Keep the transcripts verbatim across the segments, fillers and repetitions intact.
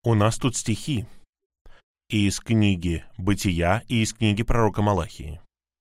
У нас тут стихи и из книги «Бытия», и из книги пророка Малахии.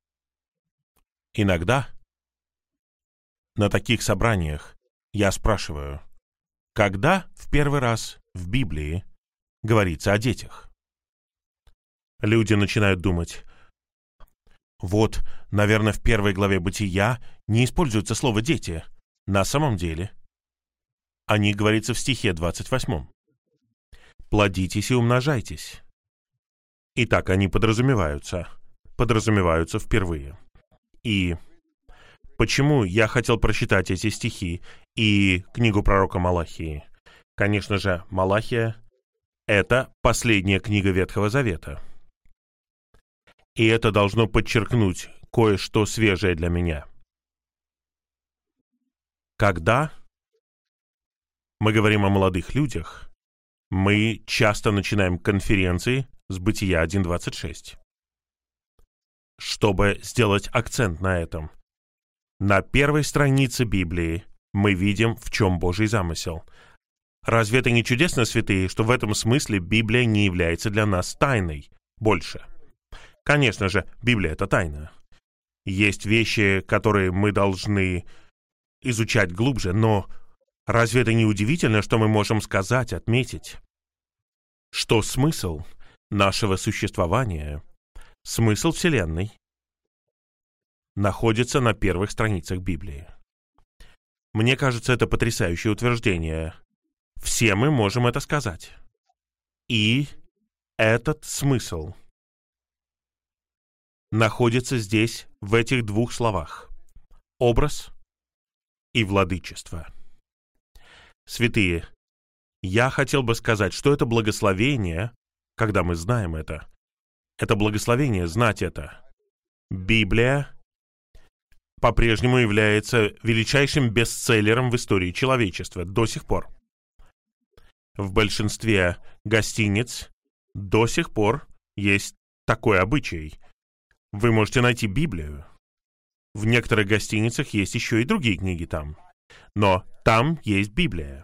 Иногда на таких собраниях я спрашиваю, когда в первый раз в Библии говорится о детях? Люди начинают думать, вот, наверное, в первой главе «Бытия» не используется слово «дети». На самом деле, о них говорится в стихе двадцать восьмом. «Плодитесь и умножайтесь». Итак, они подразумеваются, подразумеваются впервые. И почему я хотел прочитать эти стихи и книгу пророка Малахии? Конечно же, Малахия — это последняя книга Ветхого Завета. И это должно подчеркнуть кое-что свежее для меня. Когда мы говорим о молодых людях, мы часто начинаем конференции с Бытия один двадцать шесть. Чтобы сделать акцент на этом, на первой странице Библии мы видим, в чем Божий замысел. Разве это не чудесно, святые, что в этом смысле Библия не является для нас тайной больше? Конечно же, Библия — это тайна. Есть вещи, которые мы должны изучать глубже, но разве это не удивительно, что мы можем сказать, отметить, что смысл нашего существования, смысл Вселенной находится на первых страницах Библии? Мне кажется, это потрясающее утверждение. Все мы можем это сказать. И этот смысл находится здесь, в этих двух словах. Образ и владычество. Святые, я хотел бы сказать, что это благословение, когда мы знаем это. Это благословение знать это. Библия по-прежнему является величайшим бестселлером в истории человечества до сих пор. В большинстве гостиниц до сих пор есть такой обычай. Вы можете найти Библию. В некоторых гостиницах есть еще и другие книги там. Но там есть Библия.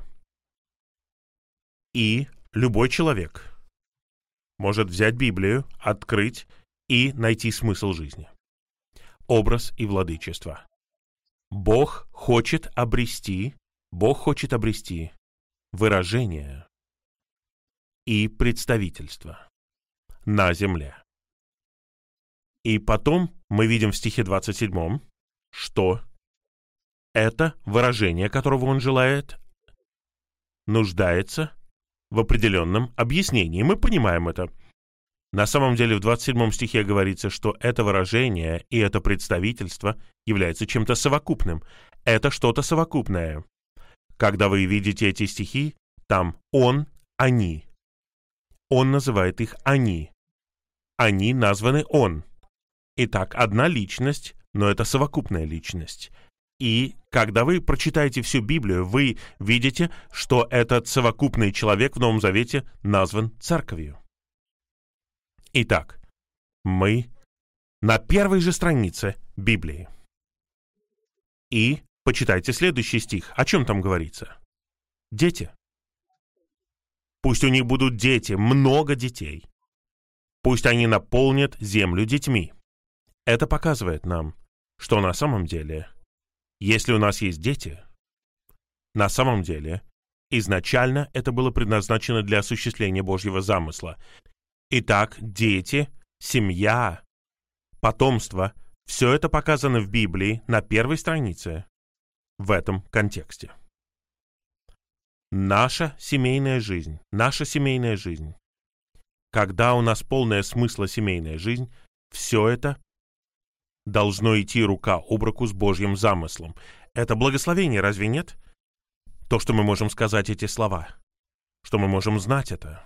И любой человек может взять Библию, открыть и найти смысл жизни. Образ и владычество. Бог хочет обрести, Бог хочет обрести выражение и представительство на земле. И потом мы видим в стихе двадцать седьмом, что это выражение, которого он желает, нуждается в определенном объяснении. Мы понимаем это. На самом деле в двадцать седьмом стихе говорится, что это выражение и это представительство является чем-то совокупным. Это что-то совокупное. Когда вы видите эти стихи, там он, они. Он называет их они. Они названы он. Итак, одна личность, но это совокупная личность. И когда вы прочитаете всю Библию, вы видите, что этот совокупный человек в Новом Завете назван церковью. Итак, мы на первой же странице Библии. И почитайте следующий стих. О чем там говорится? Дети. Пусть у них будут дети, много детей. Пусть они наполнят землю детьми. Это показывает нам, что на самом деле, если у нас есть дети, на самом деле, изначально это было предназначено для осуществления Божьего замысла. Итак, дети, семья, потомство — все это показано в Библии на первой странице в этом контексте. Наша семейная жизнь, наша семейная жизнь, когда у нас полная смысла семейная жизнь, все это должно идти рука об руку с Божьим замыслом. Это благословение, разве нет? То, что мы можем сказать эти слова, что мы можем знать это.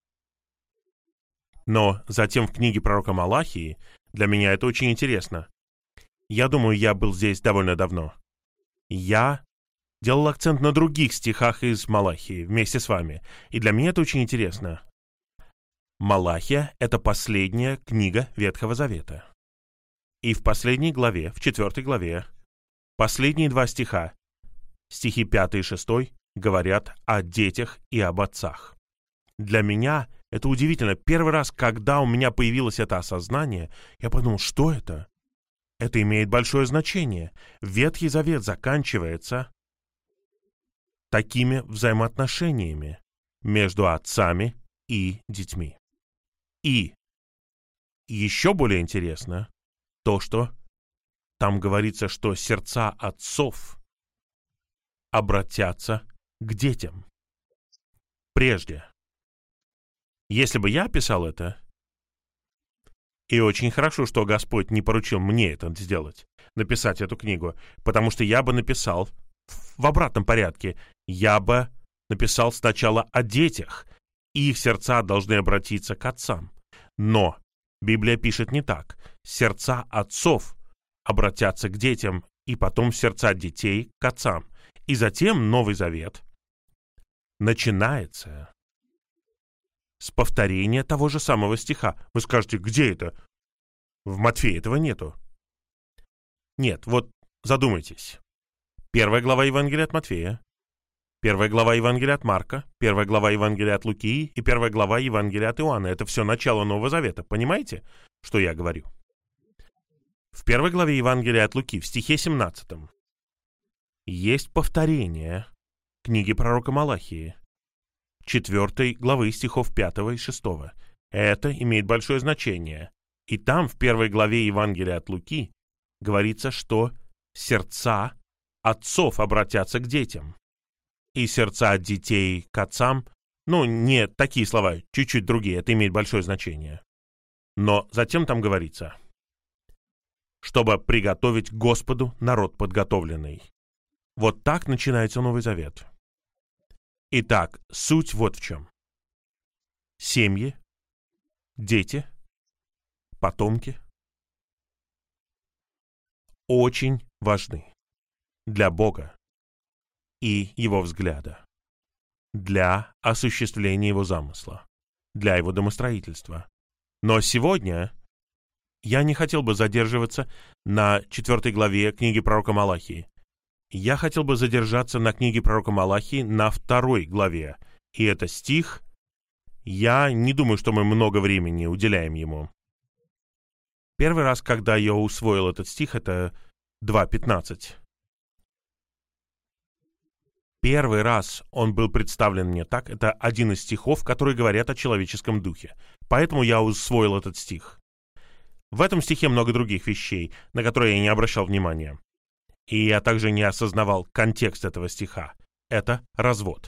Но затем в книге пророка Малахии для меня это очень интересно. Я думаю, я был здесь довольно давно. Я делал акцент на других стихах из Малахии вместе с вами, и для меня это очень интересно. Малахия — это последняя книга Ветхого Завета. И в последней главе, в четвертой главе, последние два стиха, стихи пятый и шестой, говорят о детях и об отцах. Для меня это удивительно. Первый раз, когда у меня появилось это осознание, я подумал, что это? Это имеет большое значение. Ветхий Завет заканчивается такими взаимоотношениями между отцами и детьми. И еще более интересно то, что там говорится, что сердца отцов обратятся к детям. Прежде. Если бы я писал это, и очень хорошо, что Господь не поручил мне это сделать, написать эту книгу, потому что я бы написал в обратном порядке. Я бы написал сначала о детях, и их сердца должны обратиться к отцам. Но Библия пишет не так. Сердца отцов обратятся к детям, и потом сердца детей к отцам. И затем Новый Завет начинается с повторения того же самого стиха. Вы скажете, где это? В Матфея этого нету. Нет, вот задумайтесь. Первая глава Евангелия от Матфея, первая глава Евангелия от Марка, первая глава Евангелия от Луки и первая глава Евангелия от Иоанна. Это все начало Нового Завета. Понимаете, что я говорю? В первой главе Евангелия от Луки, в стихе семнадцатом, есть повторение книги пророка Малахии, четвертой главы стихов пятого и шестого. Это имеет большое значение. И там, в первой главе Евангелия от Луки, говорится, что сердца отцов обратятся к детям, и сердца детей к отцам. Ну, не такие слова, чуть-чуть другие, это имеет большое значение. Но затем там говорится, чтобы приготовить Господу народ подготовленный. Вот так начинается Новый Завет. Итак, суть вот в чем. Семьи, дети, потомки очень важны для Бога и Его взгляда, для осуществления Его замысла, для Его домостроительства. Но сегодня я не хотел бы задерживаться на четвертой главе книги пророка Малахии. Я хотел бы задержаться на книге пророка Малахии на второй главе. И это стих, я не думаю, что мы много времени уделяем ему. Первый раз, когда я усвоил этот стих, это два пятнадцать. Первый раз он был представлен мне так. Это один из стихов, которые говорят о человеческом духе. Поэтому я усвоил этот стих. В этом стихе много других вещей, на которые я не обращал внимания. И я также не осознавал контекст этого стиха. Это развод.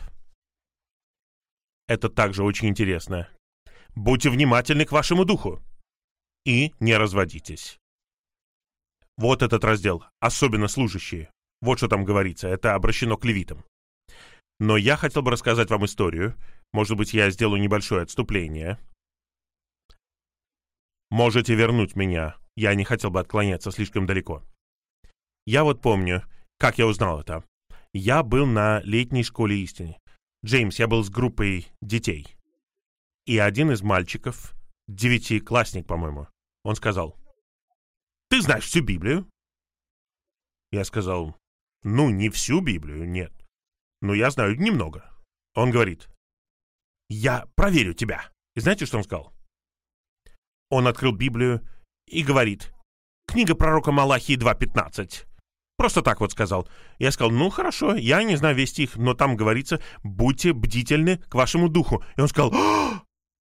Это также очень интересно. Будьте внимательны к вашему духу и не разводитесь. Вот этот раздел, особенно служащие. Вот что там говорится, это обращено к левитам. Но я хотел бы рассказать вам историю. Может быть, я сделаю небольшое отступление. Можете вернуть меня. Я не хотел бы отклоняться слишком далеко. Я вот помню, как я узнал это. Я был на летней школе истины. Джеймс, я был с группой детей. И один из мальчиков, девятиклассник, по-моему, он сказал, «Ты знаешь всю Библию?» Я сказал, «Ну, не всю Библию, нет. Но я знаю немного». Он говорит, «Я проверю тебя». И знаете, что он сказал? Он открыл Библию и говорит, «Книга пророка Малахии два пятнадцать». Просто так вот сказал. Я сказал, ну хорошо, я не знаю весь стих, но там говорится, будьте бдительны к вашему духу. И он сказал, «О!»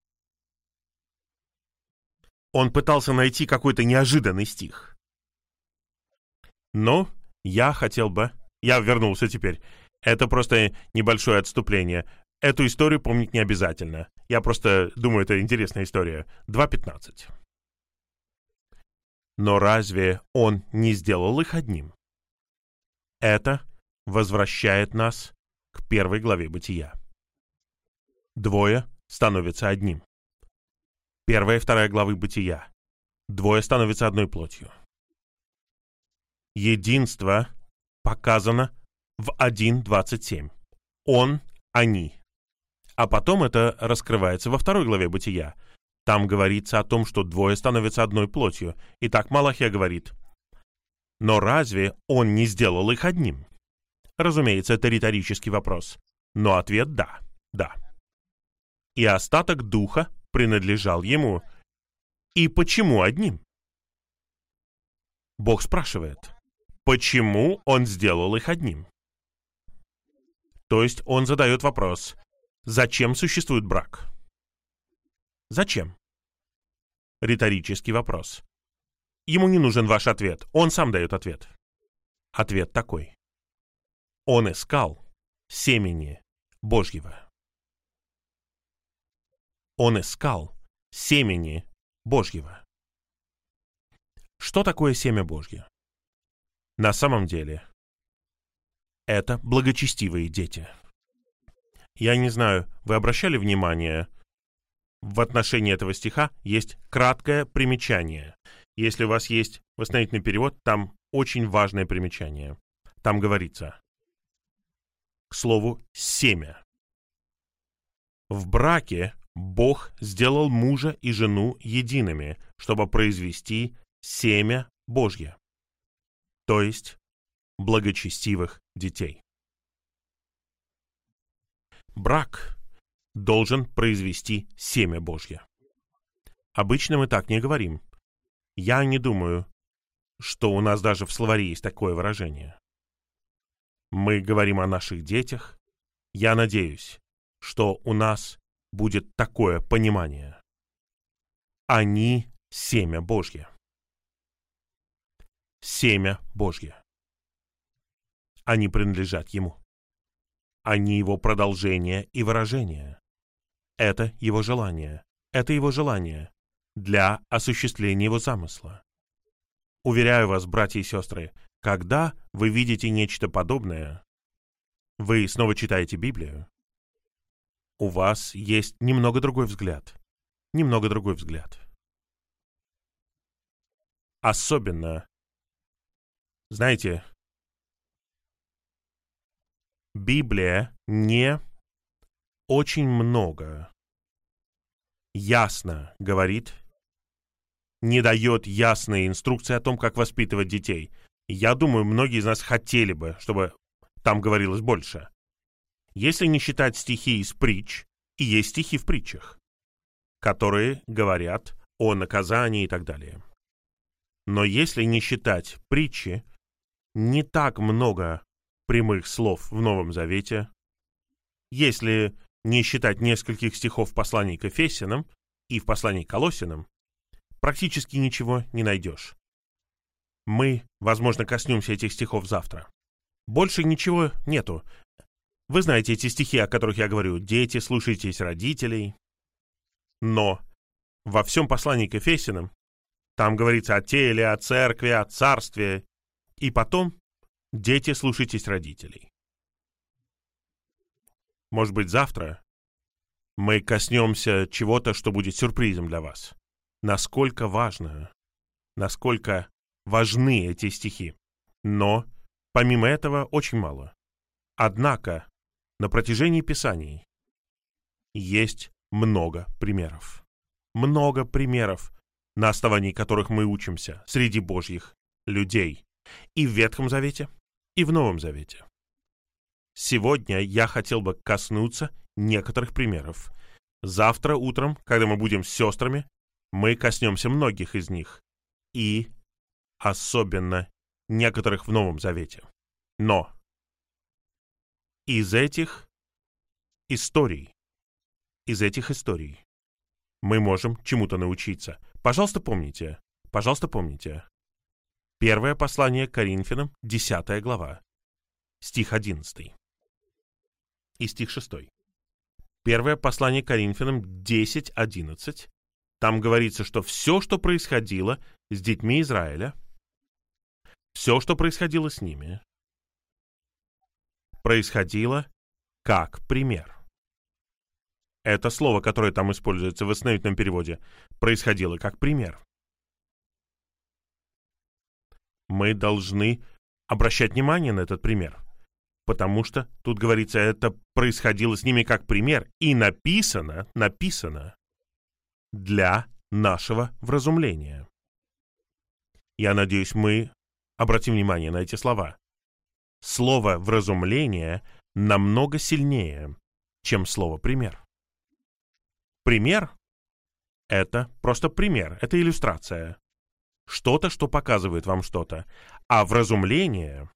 Он пытался найти какой-то неожиданный стих. Но я хотел бы... Я вернулся теперь. Это просто небольшое отступление. Эту историю помнить не обязательно. Я просто думаю, это интересная история. два пятнадцать. Но разве он не сделал их одним? Это возвращает нас к первой главе Бытия. Двое становятся одним. Первая и вторая главы Бытия. Двое становятся одной плотью. Единство показано в один двадцать семь. Он, они. А потом это раскрывается во второй главе Бытия. Там говорится о том, что двое становятся одной плотью. Итак, Малахия говорит, но разве он не сделал их одним? Разумеется, это риторический вопрос. Но ответ — да, да. и остаток духа принадлежал ему. И почему одним? Бог спрашивает, почему он сделал их одним? То есть он задает вопрос, зачем существует брак? Зачем? Риторический вопрос. Ему не нужен ваш ответ, он сам дает ответ. Ответ такой. Он искал семени Божьего. Он искал семени Божьего. Что такое семя Божье? На самом деле, это благочестивые дети. Я не знаю, вы обращали внимание, в отношении этого стиха есть краткое примечание. Если у вас есть восстановительный перевод, там очень важное примечание. Там говорится, к слову, семя. В браке Бог сделал мужа и жену едиными, чтобы произвести семя Божье, то есть благочестивых детей. Брак должен произвести семя Божье. Обычно мы так не говорим. Я не думаю, что у нас даже в словаре есть такое выражение. Мы говорим о наших детях. Я надеюсь, что у нас будет такое понимание. Они — семя Божье. Семя Божье. Они принадлежат Ему. Они Его продолжение и выражение. Это Его желание. Это Его желание для осуществления Его замысла. Уверяю вас, братья и сестры, когда вы видите нечто подобное, вы снова читаете Библию, у вас есть немного другой взгляд. Немного другой взгляд. Особенно, знаете, Библия не очень много ясно говорит, не дает ясные инструкции о том, как воспитывать детей. Я думаю, многие из нас хотели бы, чтобы там говорилось больше. Если не считать стихи из притч, и есть стихи в притчах, которые говорят о наказании и так далее. Но если не считать притчи, не так много прямых слов в Новом Завете. Если не считать нескольких стихов в послании к Ефесянам и в послании к Колоссянам, практически ничего не найдешь. Мы, возможно, коснемся этих стихов завтра. Больше ничего нету. Вы знаете эти стихи, о которых я говорю. Дети, слушайтесь родителей. Но во всем послании к Ефесянам там говорится о теле, о церкви, о царстве. И потом дети, слушайтесь родителей. Может быть, завтра мы коснемся чего-то, что будет сюрпризом для вас. Насколько важно, насколько важны эти стихи. Но, помимо этого, очень мало. Однако, на протяжении Писаний есть много примеров. Много примеров, на основании которых мы учимся среди Божьих людей. И в Ветхом Завете, и в Новом Завете. Сегодня я хотел бы коснуться некоторых примеров. Завтра утром, когда мы будем с сестрами, мы коснемся многих из них. И особенно некоторых в Новом Завете. Но из этих историй, из этих историй мы можем чему-то научиться. Пожалуйста, помните, пожалуйста, помните. Первое послание к Коринфянам, десятая глава, стих одиннадцатый и стих шестой. Первое послание к Коринфянам, десять одиннадцать. Там говорится, что все, что происходило с детьми Израиля, все, что происходило с ними, происходило как пример. Это слово, которое там используется в восстановительном переводе, происходило как пример. Мы должны обращать внимание на этот пример, потому что тут говорится, это происходило с ними как пример, и написано, написано для нашего вразумления. Я надеюсь, мы обратим внимание на эти слова. Слово «вразумление» намного сильнее, чем слово «пример». Пример — это просто пример, это иллюстрация. Что-то, что показывает вам что-то. А вразумление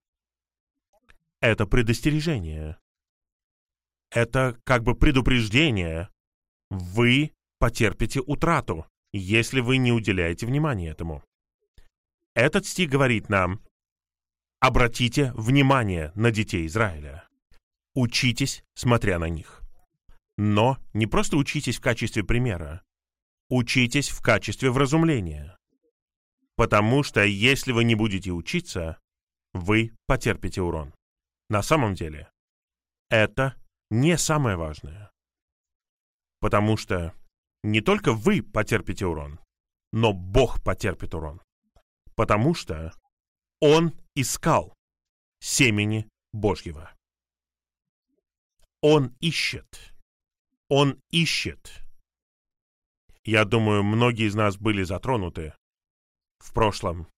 — это предостережение. Это как бы предупреждение. Вы потерпите утрату, если вы не уделяете внимания этому. Этот стих говорит нам: обратите внимание на детей Израиля. Учитесь, смотря на них. Но не просто учитесь в качестве примера. Учитесь в качестве вразумления. Потому что если вы не будете учиться, вы потерпите урон. На самом деле, это не самое важное. Потому что не только вы потерпите урон, но Бог потерпит урон. Потому что Он искал семени Божьего. Он ищет. Он ищет. Я думаю, многие из нас были затронуты в прошлом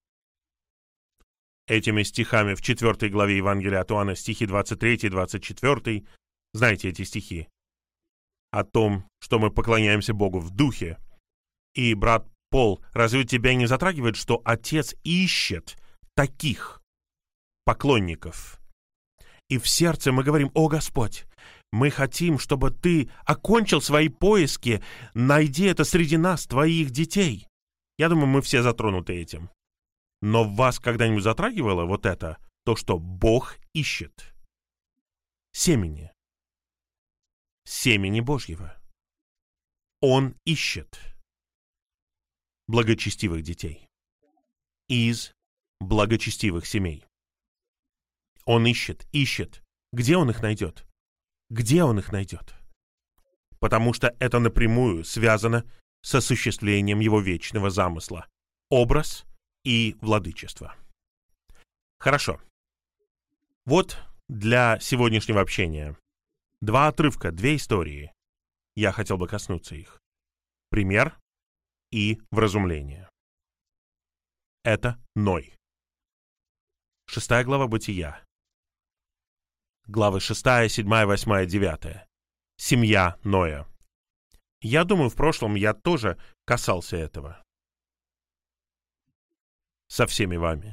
этими стихами в четвёртой главе Евангелия от Иоанна, стихи двадцать три и двадцать четыре. Знаете эти стихи? О том, что мы поклоняемся Богу в духе. И, брат Пол, разве тебя не затрагивает, что Отец ищет таких поклонников? И в сердце мы говорим: «О Господь, мы хотим, чтобы Ты окончил свои поиски, найди это среди нас, Твоих детей». Я думаю, мы все затронуты этим. Но вас когда-нибудь затрагивало вот это, то, что Бог ищет семени, семени Божьего? Он ищет благочестивых детей из благочестивых семей. Он ищет, ищет. Где он их найдет? Где он их найдет? Потому что это напрямую связано с осуществлением его вечного замысла. Образ и владычество. Хорошо. Вот для сегодняшнего общения два отрывка, две истории. Я хотел бы коснуться их. Пример и вразумление. Это Ной. Шестая глава Бытия. Главы шестая, седьмая, восьмая, девятая. Семья Ноя. Я думаю, в прошлом я тоже касался этого. Со всеми вами.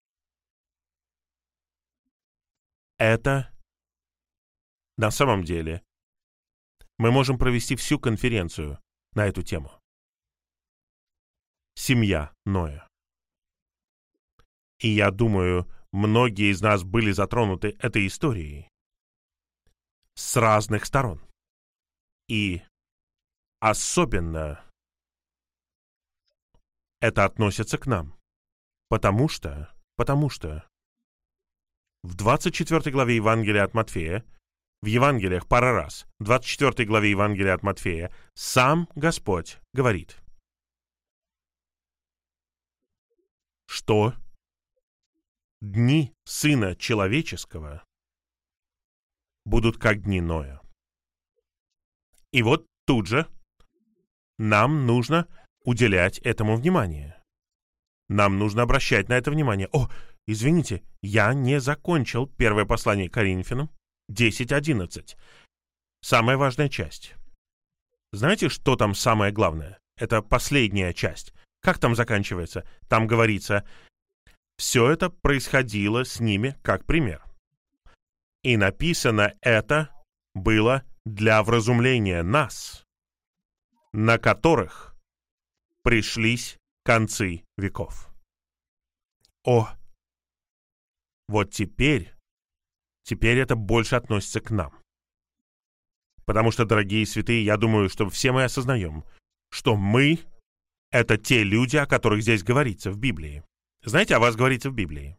Это на самом деле мы можем провести всю конференцию на эту тему. Семья Ноя. И я думаю, многие из нас были затронуты этой историей с разных сторон. И особенно это относится к нам. Потому что, потому что в двадцать четвёртой главе Евангелия от Матфея, в Евангелиях пара раз, в двадцать четвёртой главе Евангелия от Матфея, сам Господь говорит, что дни Сына Человеческого будут как дни Ноя. И вот тут же нам нужно уделять этому внимание. Нам нужно обращать на это внимание. О, извините, я не закончил первое послание к Коринфянам десять одиннадцать. Самая важная часть. Знаете, что там самое главное? Это последняя часть. Как там заканчивается? Там говорится: все это происходило с ними как пример. И написано это было для вразумления нас, на которых пришлись концы веков. О, вот теперь, теперь это больше относится к нам. Потому что, дорогие святые, я думаю, что все мы осознаем, что мы — это те люди, о которых здесь говорится в Библии. Знаете, о вас говорится в Библии.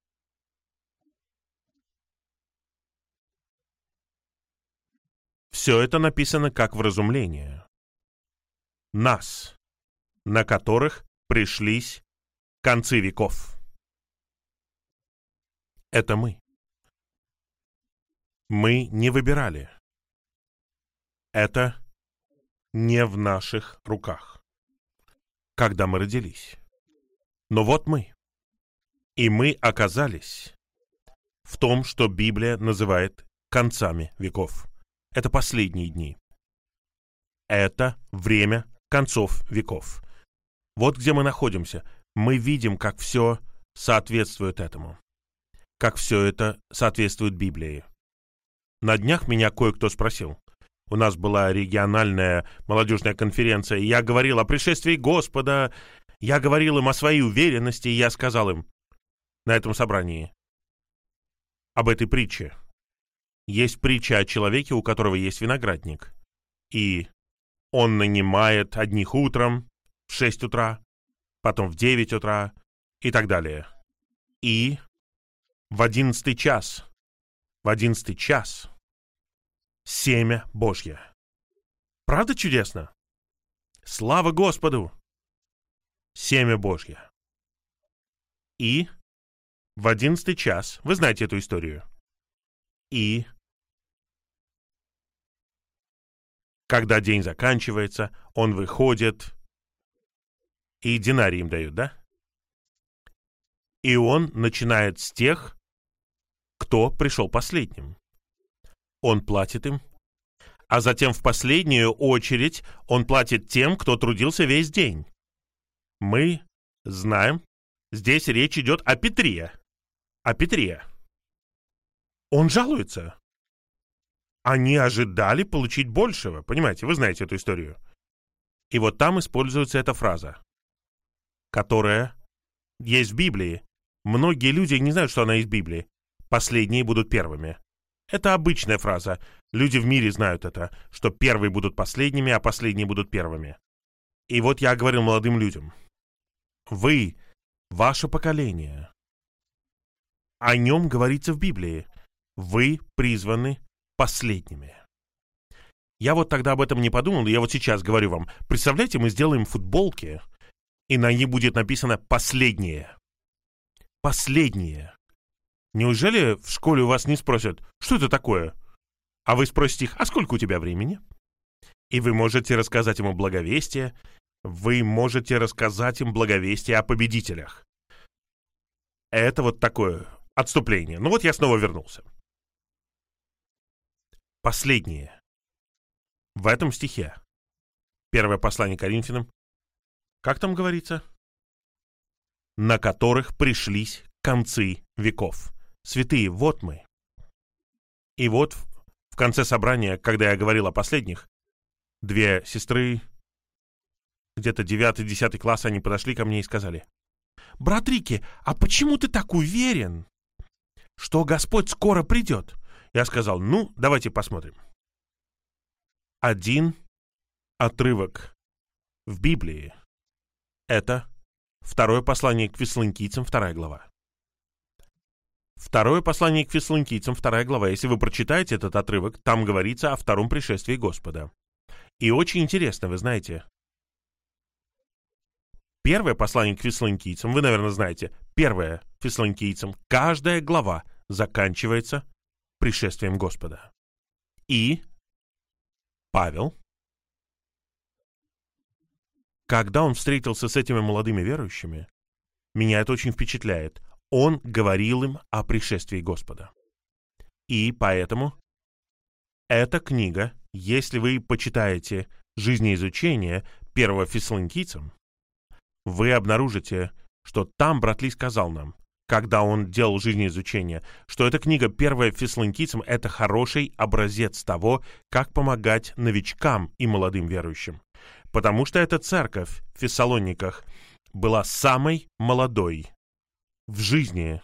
Все это написано как вразумление. Нас, на которых пришлись концы веков. Это мы. Мы не выбирали. Это не в наших руках, когда мы родились. Но вот мы. И мы оказались в том, что Библия называет концами веков. Это последние дни. Это время концов веков. Вот где мы находимся. Мы видим, как все соответствует этому. Как все это соответствует Библии. На днях меня кое-кто спросил. У нас была региональная молодежная конференция, и я говорил о пришествии Господа, я говорил им о своей уверенности, и я сказал им на этом собрании об этой притче. Есть притча о человеке, у которого есть виноградник, и он нанимает одних утром в шесть утра, потом в девять утра и так далее. И в одиннадцатый час, в одиннадцатый час семя Божье. Правда чудесно? Слава Господу! Семя Божье. И в одиннадцатый час, вы знаете эту историю, и когда день заканчивается, он выходит, и динарий им дают, да? И он начинает с тех, кто пришел последним. Он платит им, а затем в последнюю очередь он платит тем, кто трудился весь день. Мы знаем, здесь речь идет о Петре. О Петре. Он жалуется. Они ожидали получить большего. Понимаете, вы знаете эту историю. И вот там используется эта фраза, которая есть в Библии. Многие люди не знают, что она есть в Библии. Последние будут первыми. Это обычная фраза. Люди в мире знают это, что первые будут последними, а последние будут первыми. И вот я говорил молодым людям. Вы, ваше поколение, о нем говорится в Библии. Вы призваны последними. Я вот тогда об этом не подумал, я вот сейчас говорю вам. Представляете, мы сделаем футболки, и на ней будет написано «последнее». Последнее. Неужели в школе у вас не спросят, что это такое? А вы спросите их, а сколько у тебя времени? И вы можете рассказать ему благовестие, вы можете рассказать им благовестие о победителях. Это вот такое отступление. Ну вот я снова вернулся. Последнее. В этом стихе. Первое послание Коринфянам. Как там говорится? На которых пришлись концы веков. Святые, вот мы. И вот в конце собрания, когда я говорил о последних, две сестры, где-то девятый-десятый класс, они подошли ко мне и сказали: «Брат Рики, а почему ты так уверен, что Господь скоро придет?» Я сказал: ну, давайте посмотрим. Один отрывок в Библии — это второе послание к Фессалоникийцам, вторая глава. Второе послание к Фессалоникийцам, вторая глава. Если вы прочитаете этот отрывок, там говорится о втором пришествии Господа. И очень интересно, вы знаете, первое послание к Фессалоникийцам, вы, наверное, знаете, первое Фессалоникийцам, каждая глава заканчивается пришествием Господа. И Павел, когда он встретился с этими молодыми верующими, меня это очень впечатляет. Он говорил им о пришествии Господа. И поэтому эта книга, если вы почитаете жизнеизучение первого Фессалоникийцам, вы обнаружите, что там брат Ли сказал нам, когда он делал жизнеизучение, что эта книга первая Фессалоникийцам — это хороший образец того, как помогать новичкам и молодым верующим. Потому что эта церковь в Фессалониках была самой молодой в жизни.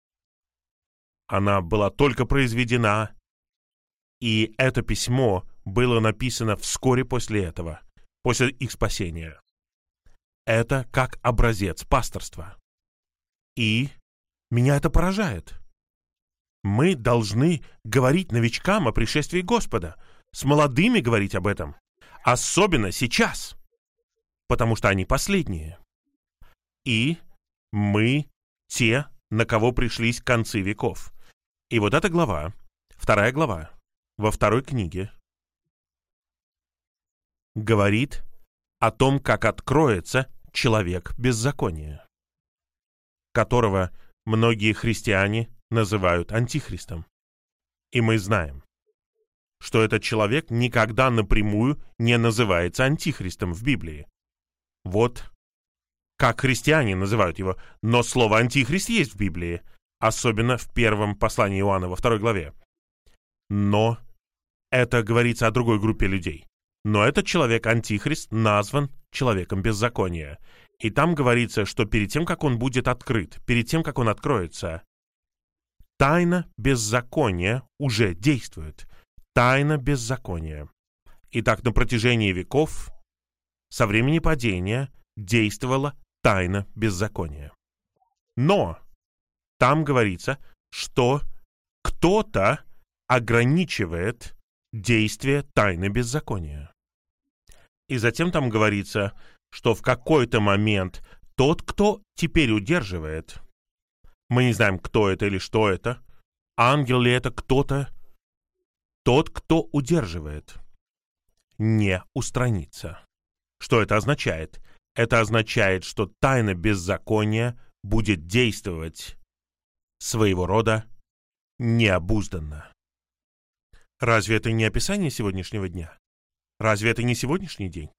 Она была только произведена, и это письмо было написано вскоре после этого, после их спасения. Это как образец пасторства. И меня это поражает. Мы должны говорить новичкам о пришествии Господа, с молодыми говорить об этом, особенно сейчас, потому что они последние. И мы те, на кого пришлись концы веков. И вот эта глава, вторая глава, во второй книге, говорит о том, как откроется человек беззакония, которого многие христиане называют антихристом. И мы знаем, что этот человек никогда напрямую не называется антихристом в Библии. Вот как христиане называют его, но слово «антихрист» есть в Библии, особенно в первом послании Иоанна во второй главе. Но это говорится о другой группе людей. Но этот человек-антихрист назван человеком беззакония. И там говорится, что перед тем, как он будет открыт, перед тем, как он откроется, тайна беззакония уже действует. Тайна беззакония. Итак, на протяжении веков, со времени падения, действовала тайна беззакония. Но там говорится, что кто-то ограничивает действие тайны беззакония. И затем там говорится, что в какой-то момент тот, кто теперь удерживает, мы не знаем, кто это или что это, ангел ли это, кто-то, тот, кто удерживает, не устранится. Что это означает? Это означает, что тайна беззакония будет действовать своего рода необузданно. Разве это не описание сегодняшнего дня? Разве это не сегодняшний день?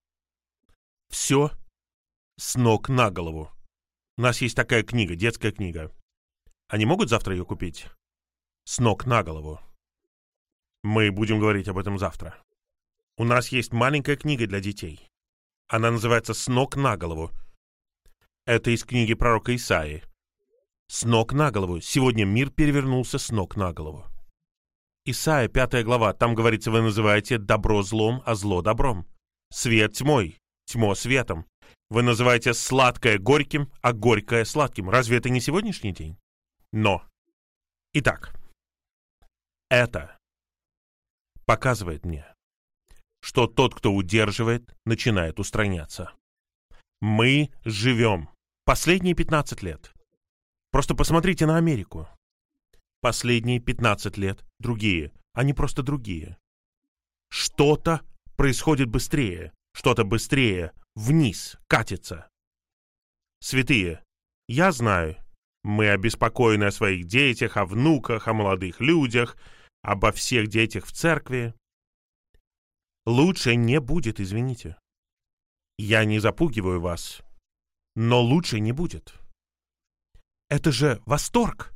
Все с ног на голову. У нас есть такая книга, детская книга. Они могут завтра ее купить? С ног на голову. Мы будем говорить об этом завтра. У нас есть маленькая книга для детей. Она называется «С ног на голову». Это из книги пророка Исаии. С ног на голову. Сегодня мир перевернулся с ног на голову. Исайя, пятая глава. Там говорится, вы называете добро злом, а зло добром. Свет тьмой, тьмо светом. Вы называете сладкое горьким, а горькое сладким. Разве это не сегодняшний день? Но. Итак, это показывает мне, что тот, кто удерживает, начинает устраняться. Мы живем последние пятнадцать лет. Просто посмотрите на Америку. Последние пятнадцать лет другие, они просто другие. Что-то происходит быстрее, что-то быстрее вниз катится. Святые, я знаю, мы обеспокоены о своих детях, о внуках, о молодых людях, обо всех детях в церкви. Лучше не будет, извините. Я не запугиваю вас, но лучше не будет. Это же восторг.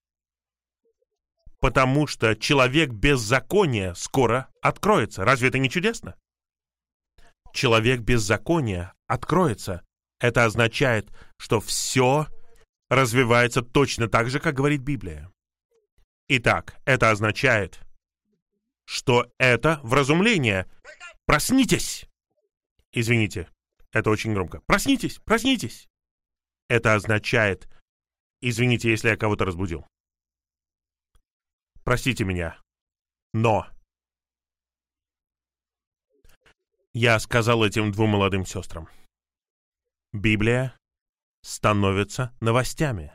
Потому что человек беззакония скоро откроется. Разве это не чудесно? Человек беззакония откроется. Это означает, что все развивается точно так же, как говорит Библия. Итак, это означает, что это вразумление. Проснитесь! Извините, это очень громко. Проснитесь, проснитесь! Это означает, извините, если я кого-то разбудил. Простите меня, но я сказал этим двум молодым сестрам. Библия становится новостями.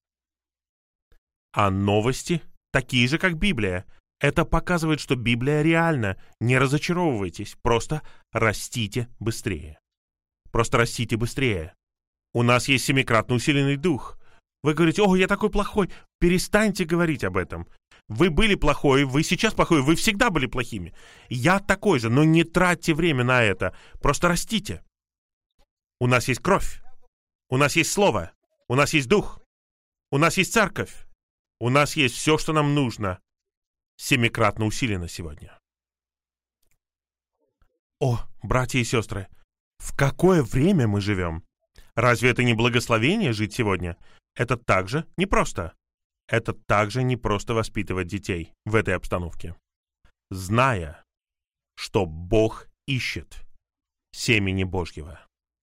А новости такие же, как Библия. Это показывает, что Библия реальна. Не разочаровывайтесь, просто растите быстрее. Просто растите быстрее. У нас есть семикратно усиленный дух. Вы говорите, о, я такой плохой. Перестаньте говорить об этом. Вы были плохой, вы сейчас плохой, вы всегда были плохими. Я такой же, но не тратьте время на это. Просто растите. У нас есть кровь. У нас есть слово. У нас есть дух. У нас есть церковь. У нас есть все, что нам нужно. Семикратно усилено сегодня. О, братья и сестры, в какое время мы живем? Разве это не благословение жить сегодня? Это также непросто. Это также непросто воспитывать детей в этой обстановке. Зная, что Бог ищет семени Божьего.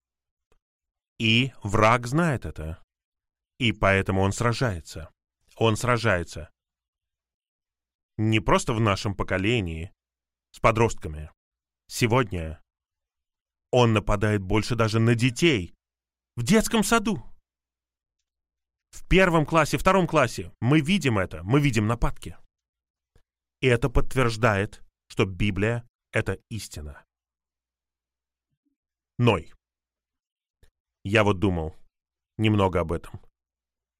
И враг знает это. И поэтому он сражается. Он сражается. Не просто в нашем поколении, с подростками. Сегодня он нападает больше даже на детей. В детском саду. В первом классе, втором классе. Мы видим это. Мы видим нападки. И это подтверждает, что Библия — это истина. Ной. Я вот думал немного об этом.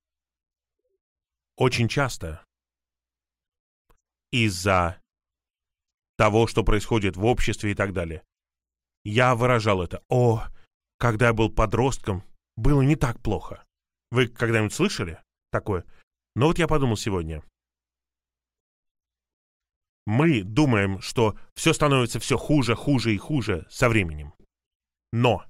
Очень часто из-за того, что происходит в обществе и так далее. Я выражал это. О, когда я был подростком, было не так плохо. Вы когда-нибудь слышали такое? Но вот я подумал сегодня. Мы думаем, что все становится все хуже, хуже и хуже со временем. Но.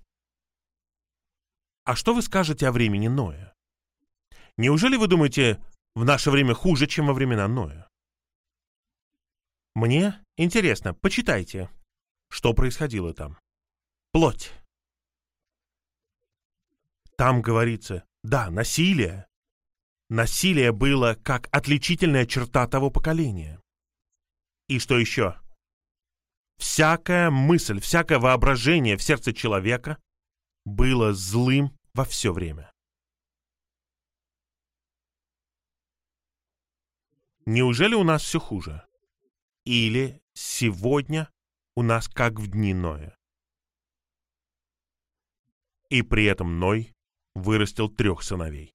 А что вы скажете о времени Ноя? Неужели вы думаете, в наше время хуже, чем во времена Ноя? Мне интересно, почитайте, что происходило там. Плоть. Там говорится, да, насилие. Насилие было как отличительная черта того поколения. И что еще? Всякая мысль, всякое воображение в сердце человека было злым во все время. Неужели у нас все хуже? Или сегодня у нас как в дни Ноя? И при этом Ной вырастил трех сыновей.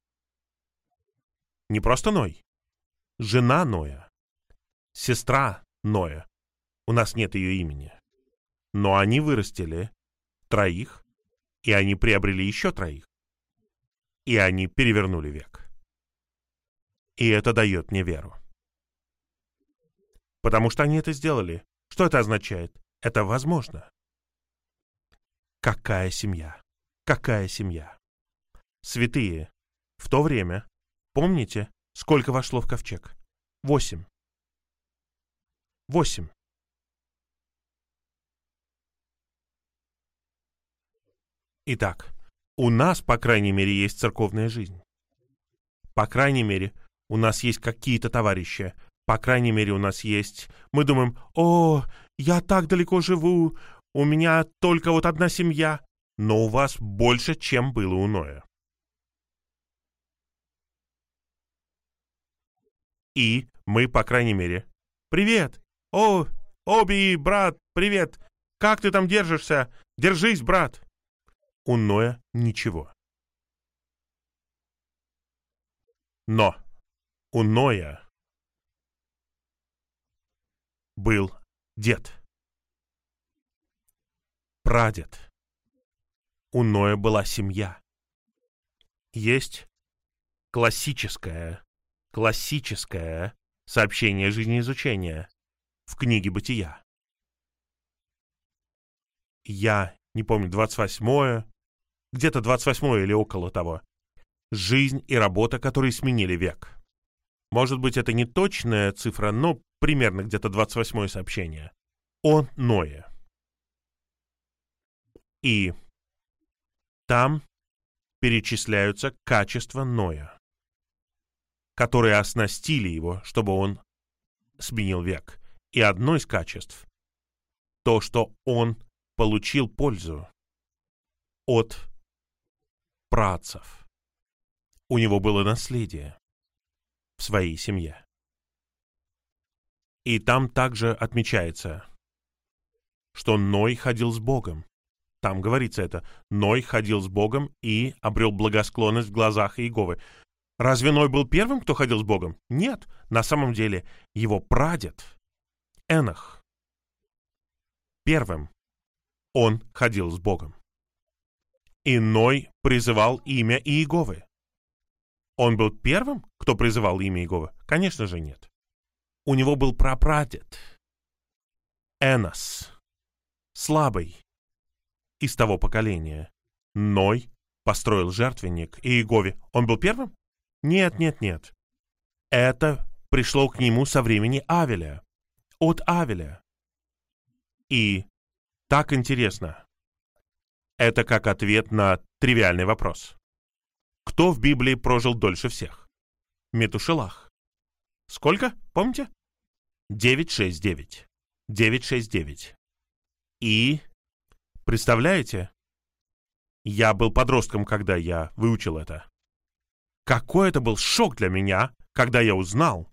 Не просто Ной. Жена Ноя. Сестра Ноя. У нас нет ее имени. Но они вырастили троих, и они приобрели еще троих. И они перевернули век. И это дает мне веру. Потому что они это сделали. Что это означает? Это возможно. Какая семья? Какая семья? Святые, в то время, помните, сколько вошло в ковчег? Восемь. Восемь. Итак, у нас, по крайней мере, есть церковная жизнь. По крайней мере, у нас есть какие-то товарищи. По крайней мере, у нас есть... Мы думаем, о, я так далеко живу, у меня только вот одна семья. Но у вас больше, чем было у Ноя. И мы, по крайней мере... Привет! О, Оби, брат, привет! Как ты там держишься? Держись, брат! У Ноя ничего. Но у Ноя был дед, прадед. У Ноя была семья. Есть классическое, классическое сообщение жизнеизучения в книге «Бытия». Я не помню, двадцать восьмое, где-то двадцать восьмое или около того. Жизнь и работа, которые сменили век. Может быть, это не точная цифра, но примерно где-то двадцать восьмое сообщение. О Ное. И там перечисляются качества Ноя, которые оснастили его, чтобы он сменил век. И одно из качеств — то, что он получил пользу от праотцев. У него было наследие в своей семье. И там также отмечается, что Ной ходил с Богом. Там говорится это. Ной ходил с Богом и обрел благосклонность в глазах Иеговы. Разве Ной был первым, кто ходил с Богом? Нет. На самом деле его прадед Энох первым он ходил с Богом. И Ной призывал имя Иеговы. Он был первым, кто призывал имя Иеговы? Конечно же нет. У него был прапрадед Энос, слабый, из того поколения. Ной построил жертвенник Иегове. Он был первым? Нет, нет, нет. Это пришло к нему со времени Авеля. От Авеля. И так интересно. Это как ответ на тривиальный вопрос. Кто в Библии прожил дольше всех? Метушелах. Сколько? Помните? девятьсот шестьдесят девять. девятьсот шестьдесят девять. И... Представляете? Я был подростком, когда я выучил это. Какой это был шок для меня, когда я узнал.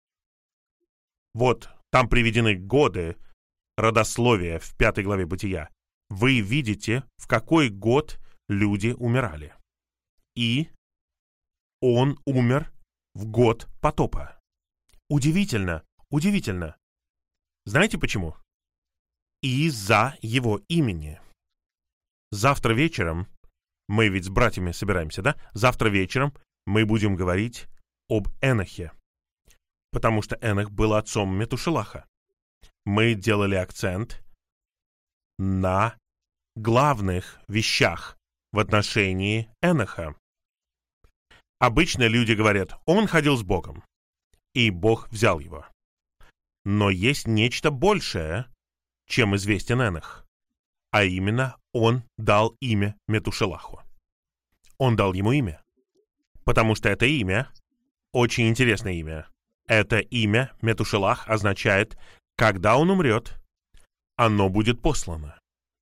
Вот, там приведены годы родословия в пятой главе Бытия. Вы видите, в какой год люди умирали. И он умер в год потопа. Удивительно, удивительно. Знаете почему? Из-за его имени. Завтра вечером, мы ведь с братьями собираемся, да? Завтра вечером мы будем говорить об Энохе, потому что Энох был отцом Метушелаха. Мы делали акцент на главных вещах в отношении Эноха. Обычно люди говорят, он ходил с Богом, и Бог взял его. Но есть нечто большее, чем известен Энох, а именно он дал имя Метушелаху. Он дал ему имя, потому что это имя очень интересное имя. Это имя Метушелах означает, когда он умрет, оно будет послано.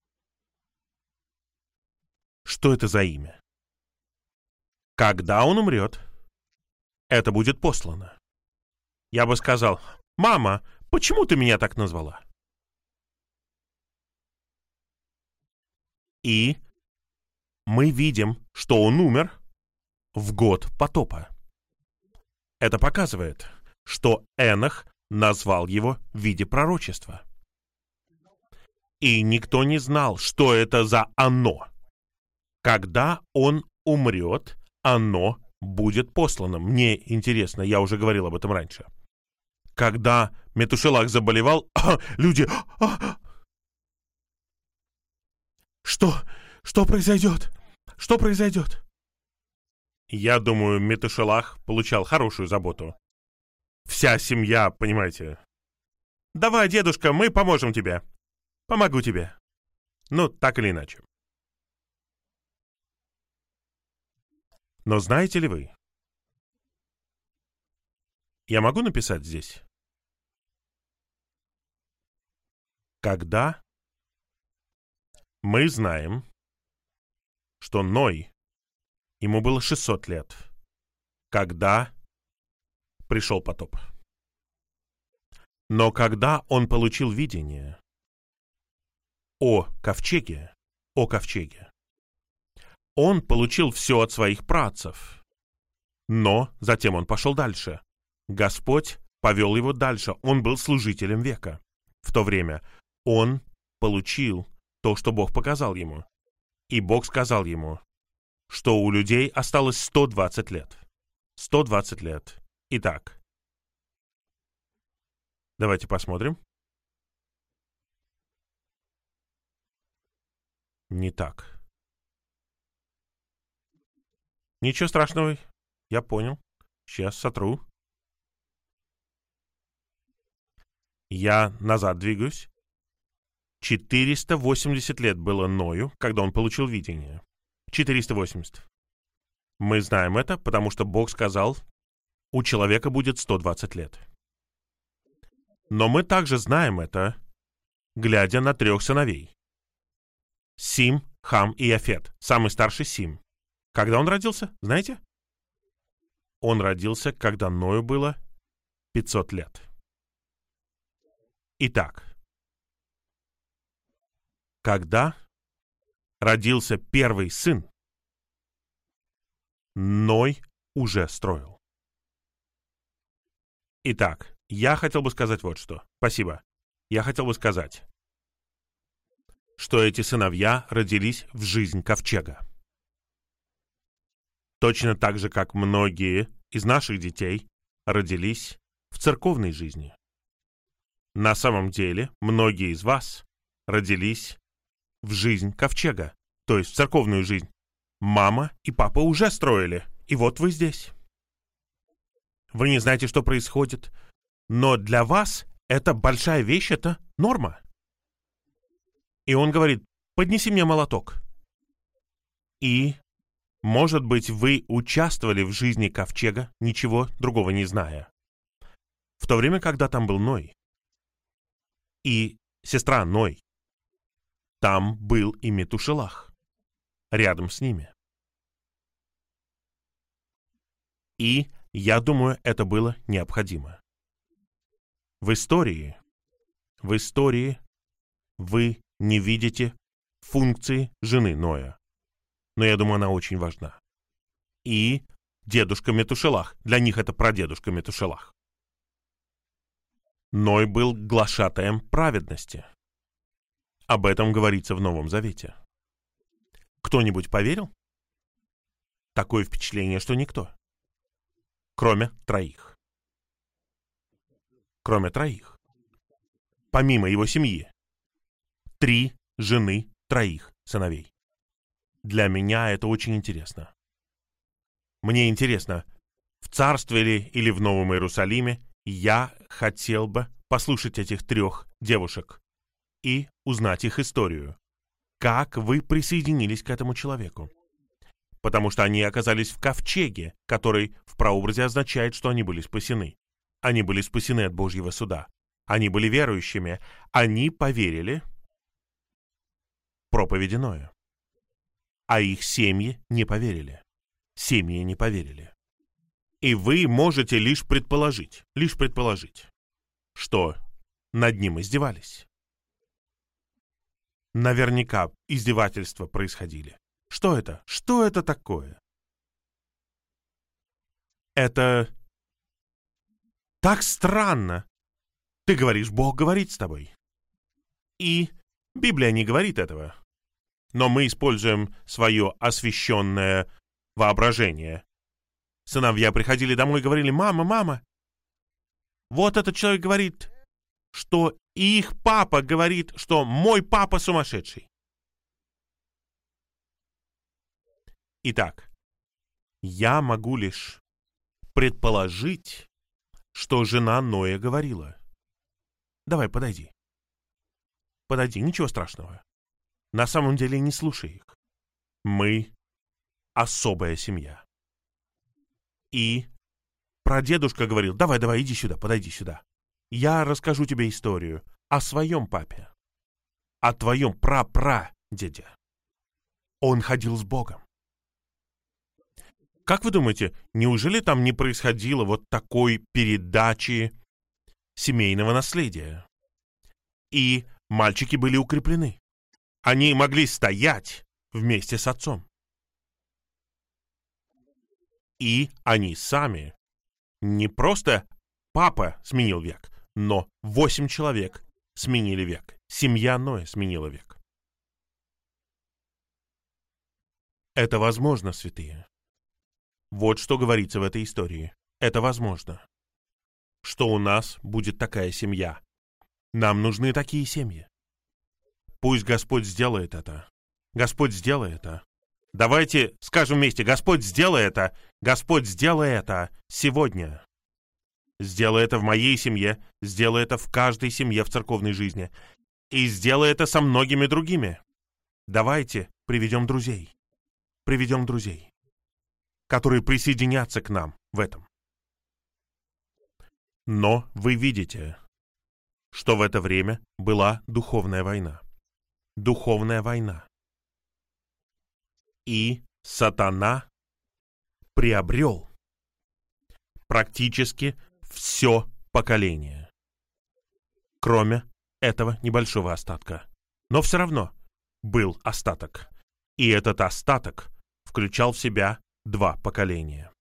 Что это за имя? Когда он умрет, это будет послано. Я бы сказал, «Мама, почему ты меня так назвала?» И мы видим, что он умер в год потопа. Это показывает, что Энох назвал его в виде пророчества. И никто не знал, что это за «оно». Когда он умрет, оно будет послано. Мне интересно, я уже говорил об этом раньше. Когда Метушелах заболевал, люди... Что? Что произойдет? Что произойдет? Я думаю, Метушелах получал хорошую заботу. Вся семья, понимаете. Давай, дедушка, мы поможем тебе. Помогу тебе. Ну, так или иначе. Но знаете ли вы? Я могу написать здесь? Когда мы знаем, что Ной, ему было шестьсот лет, когда пришел потоп. Но когда он получил видение о ковчеге, о ковчеге, он получил все от своих працев, но затем он пошел дальше. Господь повел его дальше. Он был служителем века. В то время он получил то, что Бог показал ему. И Бог сказал ему, что у людей осталось сто двадцать лет. сто двадцать лет. Итак, давайте посмотрим. Не так. Ничего страшного, я понял. Сейчас сотру. Я назад двигаюсь. четыреста восемьдесят лет было Ною, когда он получил видение. четыреста восемьдесят. Мы знаем это, потому что Бог сказал, у человека будет сто двадцать лет. Но мы также знаем это, глядя на трех сыновей. Сим, Хам и Яфет. Самый старший Сим. Когда он родился, знаете? Он родился, когда Ною было пятьсот лет. Итак, когда родился первый сын, Ной уже строил. Итак, я хотел бы сказать вот что. Спасибо. Я хотел бы сказать, что эти сыновья родились в жизнь ковчега. Точно так же, как многие из наших детей родились в церковной жизни. На самом деле, многие из вас родились в жизнь ковчега, то есть в церковную жизнь. Мама и папа уже строили, и вот вы здесь. Вы не знаете, что происходит, но для вас это большая вещь, это норма. И он говорит, поднеси мне молоток. И... Может быть, вы участвовали в жизни ковчега, ничего другого не зная. В то время, когда там был Ной и сестра Ной, там был и Метушелах рядом с ними. И, я думаю, это было необходимо. В истории, в истории вы не видите функции жены Ноя. Но я думаю, она очень важна. И дедушка Метушелах. Для них это прадедушка Метушелах. Ной был глашатаем праведности. Об этом говорится в Новом Завете. Кто-нибудь поверил? Такое впечатление, что никто. Кроме троих. Кроме троих. Помимо его семьи. Три жены троих сыновей. Для меня это очень интересно. Мне интересно, в Царстве ли или в Новом Иерусалиме я хотел бы послушать этих трех девушек и узнать их историю. Как вы присоединились к этому человеку? Потому что они оказались в ковчеге, который в прообразе означает, что они были спасены. Они были спасены от Божьего суда. Они были верующими. Они поверили в проповедь Ноя. А их семьи не поверили. Семьи не поверили. И вы можете лишь предположить, лишь предположить, что над ним издевались. Наверняка издевательства происходили. Что это? Что это такое? Это так странно. Ты говоришь, Бог говорит с тобой. И Библия не говорит этого. Но мы используем свое освященное воображение. Сыновья приходили домой и говорили: «Мама, мама, вот этот человек говорит, что их папа говорит, что мой папа сумасшедший». Итак, я могу лишь предположить, что жена Ноя говорила: «Давай, подойди. Подойди, ничего страшного. На самом деле не слушай их. Мы особая семья». И прадедушка говорил: «Давай, давай, иди сюда, подойди сюда. Я расскажу тебе историю о своем папе, о твоем прапрадеде. Он ходил с Богом». Как вы думаете, неужели там не происходило вот такой передачи семейного наследия? И мальчики были укреплены. Они могли стоять вместе с отцом. И они сами, не просто папа сменил век, но восемь человек сменили век. Семья Ноя сменила век. Это возможно, святые. Вот что говорится в этой истории. Это возможно. Что у нас будет такая семья. Нам нужны такие семьи. Пусть Господь сделает это. Господь сделай это. Давайте скажем вместе: Господь, сделай это. Господь, сделай это сегодня. Сделай это в моей семье. Сделай это в каждой семье в церковной жизни. И сделай это со многими другими. Давайте приведем друзей. Приведем друзей, которые присоединятся к нам в этом. Но вы видите, что в это время была духовная война. Духовная война. И сатана приобрел практически все поколение, кроме этого небольшого остатка. Но все равно был остаток. И этот остаток включал в себя два поколения.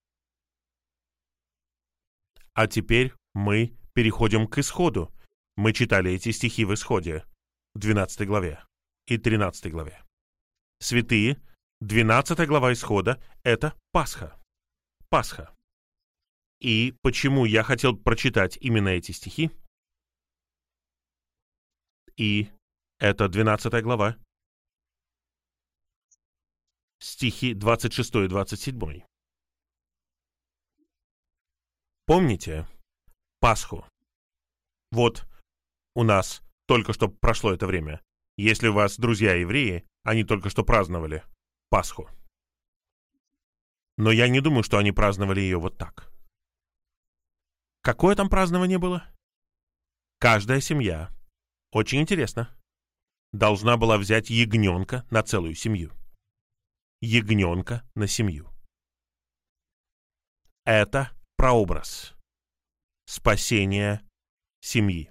А теперь мы переходим к исходу. Мы читали эти стихи в исходе, в двенадцатой главе и тринадцатой главе. Святые, двенадцатая глава исхода — это Пасха. Пасха. И почему я хотел прочитать именно эти стихи? И это двенадцатая глава. Стихи двадцать шестой и двадцать седьмой. Помните Пасху? Вот у нас только что прошло это время. Если у вас друзья евреи, они только что праздновали Пасху. Но я не думаю, что они праздновали ее вот так. Какое там празднование было? Каждая семья, очень интересно, должна была взять ягненка на целую семью. Ягненка на семью. Это прообраз спасения семьи.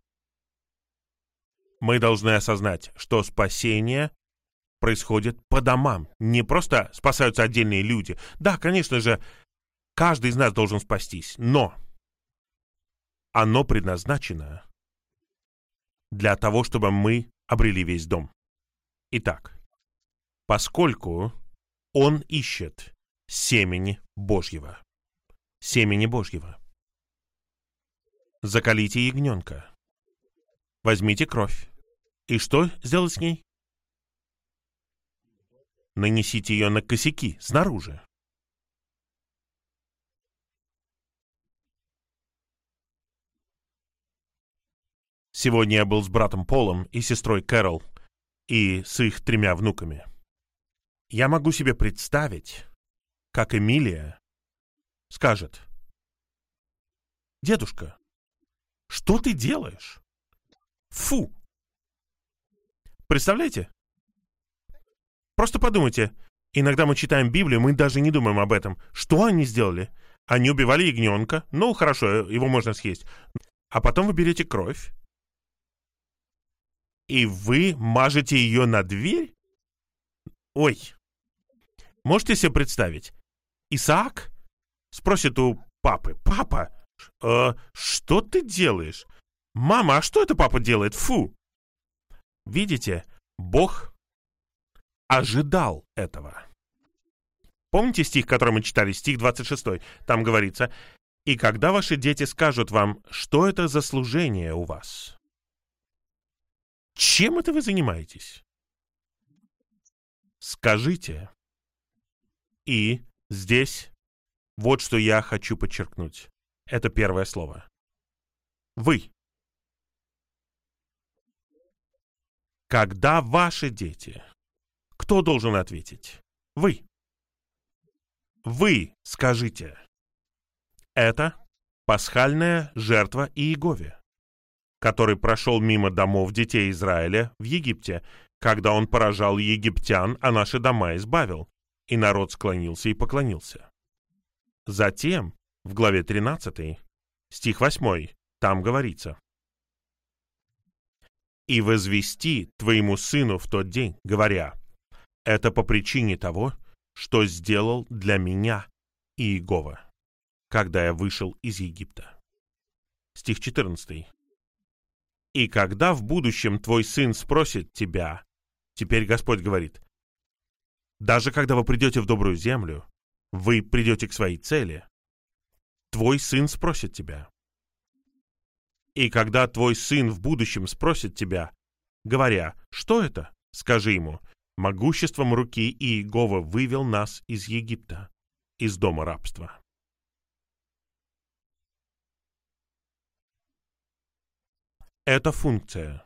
Мы должны осознать, что спасение происходит по домам. Не просто спасаются отдельные люди. Да, конечно же, каждый из нас должен спастись, но оно предназначено для того, чтобы мы обрели весь дом. Итак, поскольку он ищет семени Божьего, семени Божьего, заколите ягненка, возьмите кровь. И что сделать с ней? Нанесите ее на косяки снаружи. Сегодня я был с братом Полом и сестрой Кэрол и с их тремя внуками. Я могу себе представить, как Эмилия скажет: «Дедушка, что ты делаешь? Фу!» Представляете? Просто подумайте. Иногда мы читаем Библию, мы даже не думаем об этом. Что они сделали? Они убивали ягненка. Ну, хорошо, его можно съесть. А потом вы берете кровь, и вы мажете ее на дверь? Ой. Можете себе представить? Исаак спросит у папы: «Папа, э, что ты делаешь?» «Мама, а что это папа делает? Фу!» Видите, Бог ожидал этого. Помните стих, который мы читали, стих двадцать шесть? Там говорится: «И когда ваши дети скажут вам, что это за служение у вас? Чем это вы занимаетесь? Скажите». И здесь вот что я хочу подчеркнуть. Это первое слово. Вы. Когда ваши дети, кто должен ответить? Вы. Вы скажите: это пасхальная жертва Иегове, который прошел мимо домов детей Израиля в Египте, когда он поражал египтян, а наши дома избавил, и народ склонился и поклонился. Затем, в главе тринадцатой, стих восьмой, там говорится: «И возвести твоему сыну в тот день, говоря: это по причине того, что сделал для меня Иегова, когда я вышел из Египта». Стих четырнадцатый. «И когда в будущем твой сын спросит тебя», теперь Господь говорит, даже когда вы придете в добрую землю, вы придете к своей цели, твой сын спросит тебя. И когда твой сын в будущем спросит тебя, говоря: что это? Скажи ему: могуществом руки Иегова вывел нас из Египта, из дома рабства. Это функция.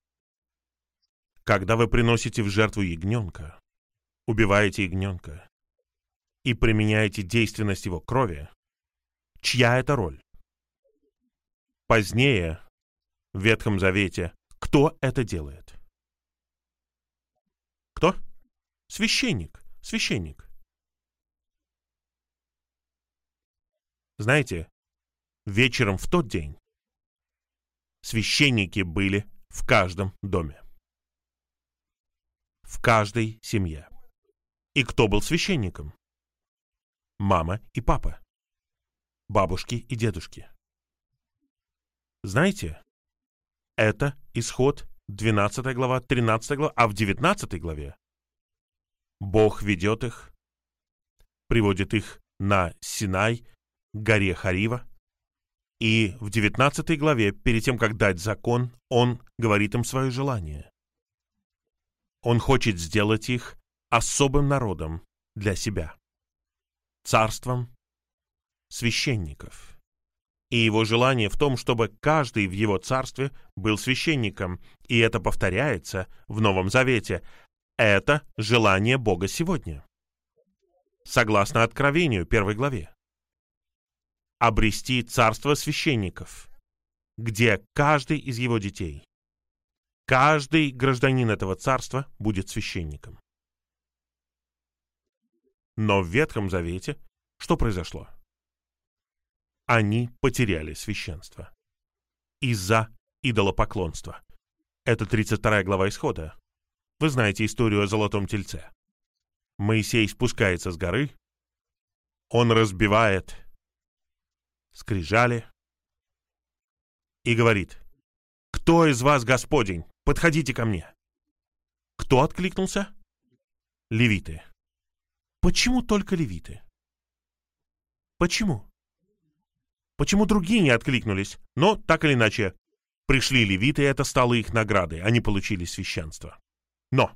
Когда вы приносите в жертву ягненка, убиваете ягненка и применяете действенность его крови, чья это роль? Позднее, в Ветхом Завете, кто это делает? Кто? Священник. Священник. Знаете, вечером в тот день священники были в каждом доме, в каждой семье. И кто был священником? Мама и папа, бабушки и дедушки. Знаете, это Исход двенадцатая глава, тринадцатая глава, а в девятнадцатой главе Бог ведет их, приводит их на Синай, к горе Харива, и в девятнадцатой главе, перед тем, как дать закон, Он говорит им свое желание. Он хочет сделать их особым народом для себя, царством священников. И его желание в том, чтобы каждый в его царстве был священником. И это повторяется в Новом Завете. Это желание Бога сегодня. Согласно Откровению, первой главе. Обрести царство священников, где каждый из его детей, каждый гражданин этого царства будет священником. Но в Ветхом Завете что произошло? Они потеряли священство из-за идолопоклонства. Это тридцать вторая глава Исхода. Вы знаете историю о золотом тельце. Моисей спускается с горы, он разбивает скрижали и говорит: «Кто из вас Господень? Подходите ко мне». Кто откликнулся? Левиты. Почему только левиты? Почему? Почему другие не откликнулись? Но, так или иначе, пришли левиты, и это стало их наградой. Они получили священство. Но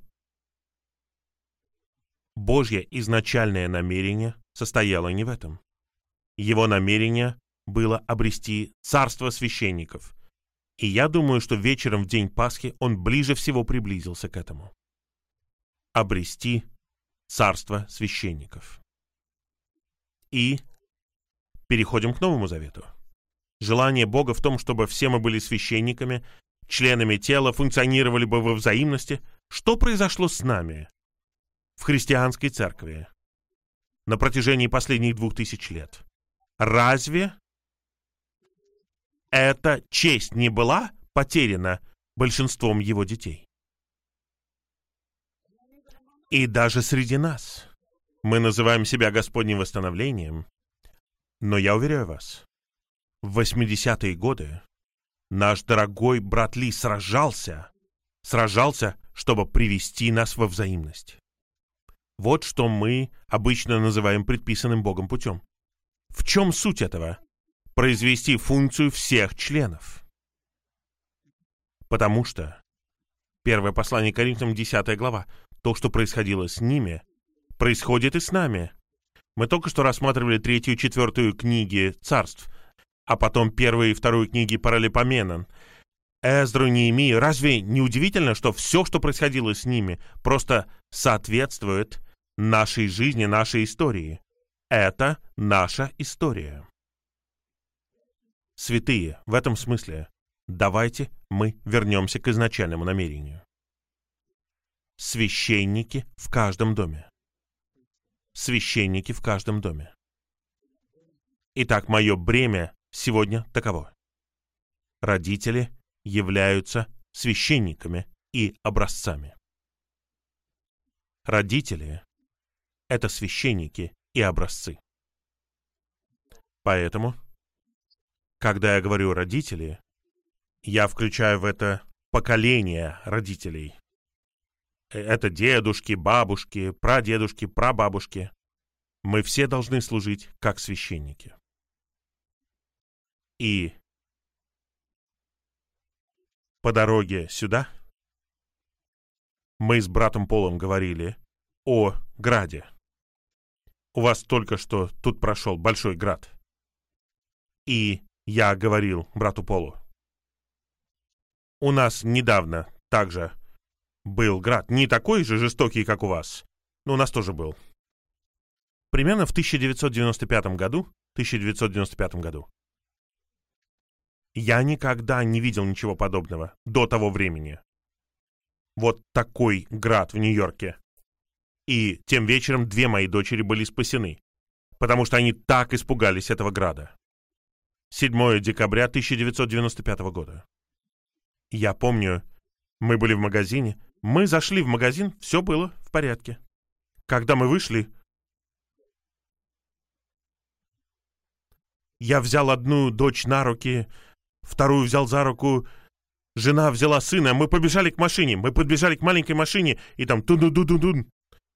Божье изначальное намерение состояло не в этом. Его намерение было обрести царство священников. И я думаю, что вечером в день Пасхи он ближе всего приблизился к этому. Обрести царство священников. И переходим к Новому Завету. Желание Бога в том, чтобы все мы были священниками, членами тела, функционировали бы во взаимности. Что произошло с нами в христианской церкви на протяжении последних двух тысяч лет? Разве эта честь не была потеряна большинством его детей? И даже среди нас мы называем себя Господним восстановлением, но я уверяю вас, в восьмидесятые годы наш дорогой брат Ли сражался, сражался, чтобы привести нас во взаимность. Вот что мы обычно называем предписанным Богом путем. В чем суть этого? Произвести функцию всех членов. Потому что первое послание Коринфянам, десятая глава, то, что происходило с ними, происходит и с нами. Мы только что рассматривали третью и четвертую книги царств, а потом первую и вторую книги Паралипоменон. Эздру, Неемию. Разве не удивительно, что все, что происходило с ними, просто соответствует нашей жизни, нашей истории? Это наша история. Святые, в этом смысле, давайте мы вернемся к изначальному намерению. Священники в каждом доме. Священники в каждом доме. Итак, мое бремя сегодня таково. Родители являются священниками и образцами. Родители — это священники и образцы. Поэтому, когда я говорю «родители», я включаю в это поколение родителей. Это дедушки, бабушки, прадедушки, прабабушки. Мы все должны служить как священники. И по дороге сюда мы с братом Полом говорили о граде. У вас только что тут прошел большой град. И я говорил брату Полу, у нас недавно также был град, не такой же жестокий, как у вас, но у нас тоже был. Примерно в тысяча девятьсот девяносто пятом году, тысяча девятьсот девяносто пятом году. Я никогда не видел ничего подобного до того времени. Вот такой град в Нью-Йорке. И тем вечером две мои дочери были спасены, потому что они так испугались этого града. седьмого декабря тысяча девятьсот девяносто пятого года. Я помню, мы были в магазине, мы зашли в магазин, все было в порядке. Когда мы вышли, я взял одну дочь на руки, вторую взял за руку, жена взяла сына, мы побежали к машине, мы подбежали к маленькой машине, и там тун-дун-дун-дун.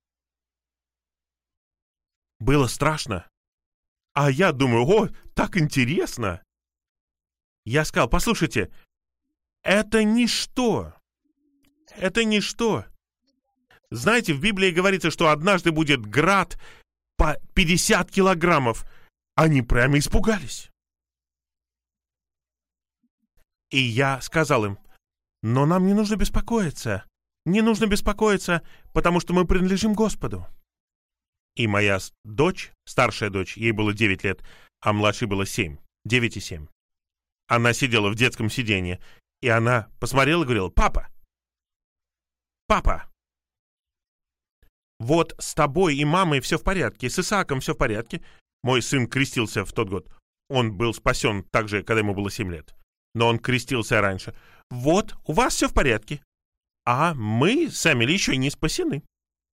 Было страшно. А я думаю, о, так интересно. Я сказал, послушайте, это ничто. Это ничто. Знаете, в Библии говорится, что однажды будет град по пятьдесят килограммов. Они прямо испугались. И я сказал им, но нам не нужно беспокоиться. Не нужно беспокоиться, потому что мы принадлежим Господу. И моя дочь, старшая дочь, ей было девять лет, а младшей было семь, девять и семь. Она сидела в детском сиденье, и она посмотрела и говорила, папа, папа, вот с тобой и мамой все в порядке, с Исааком все в порядке. Мой сын крестился в тот год. Он был спасен также, когда ему было семь лет. Но он крестился раньше. Вот, у вас все в порядке. А мы с Эмили еще не спасены.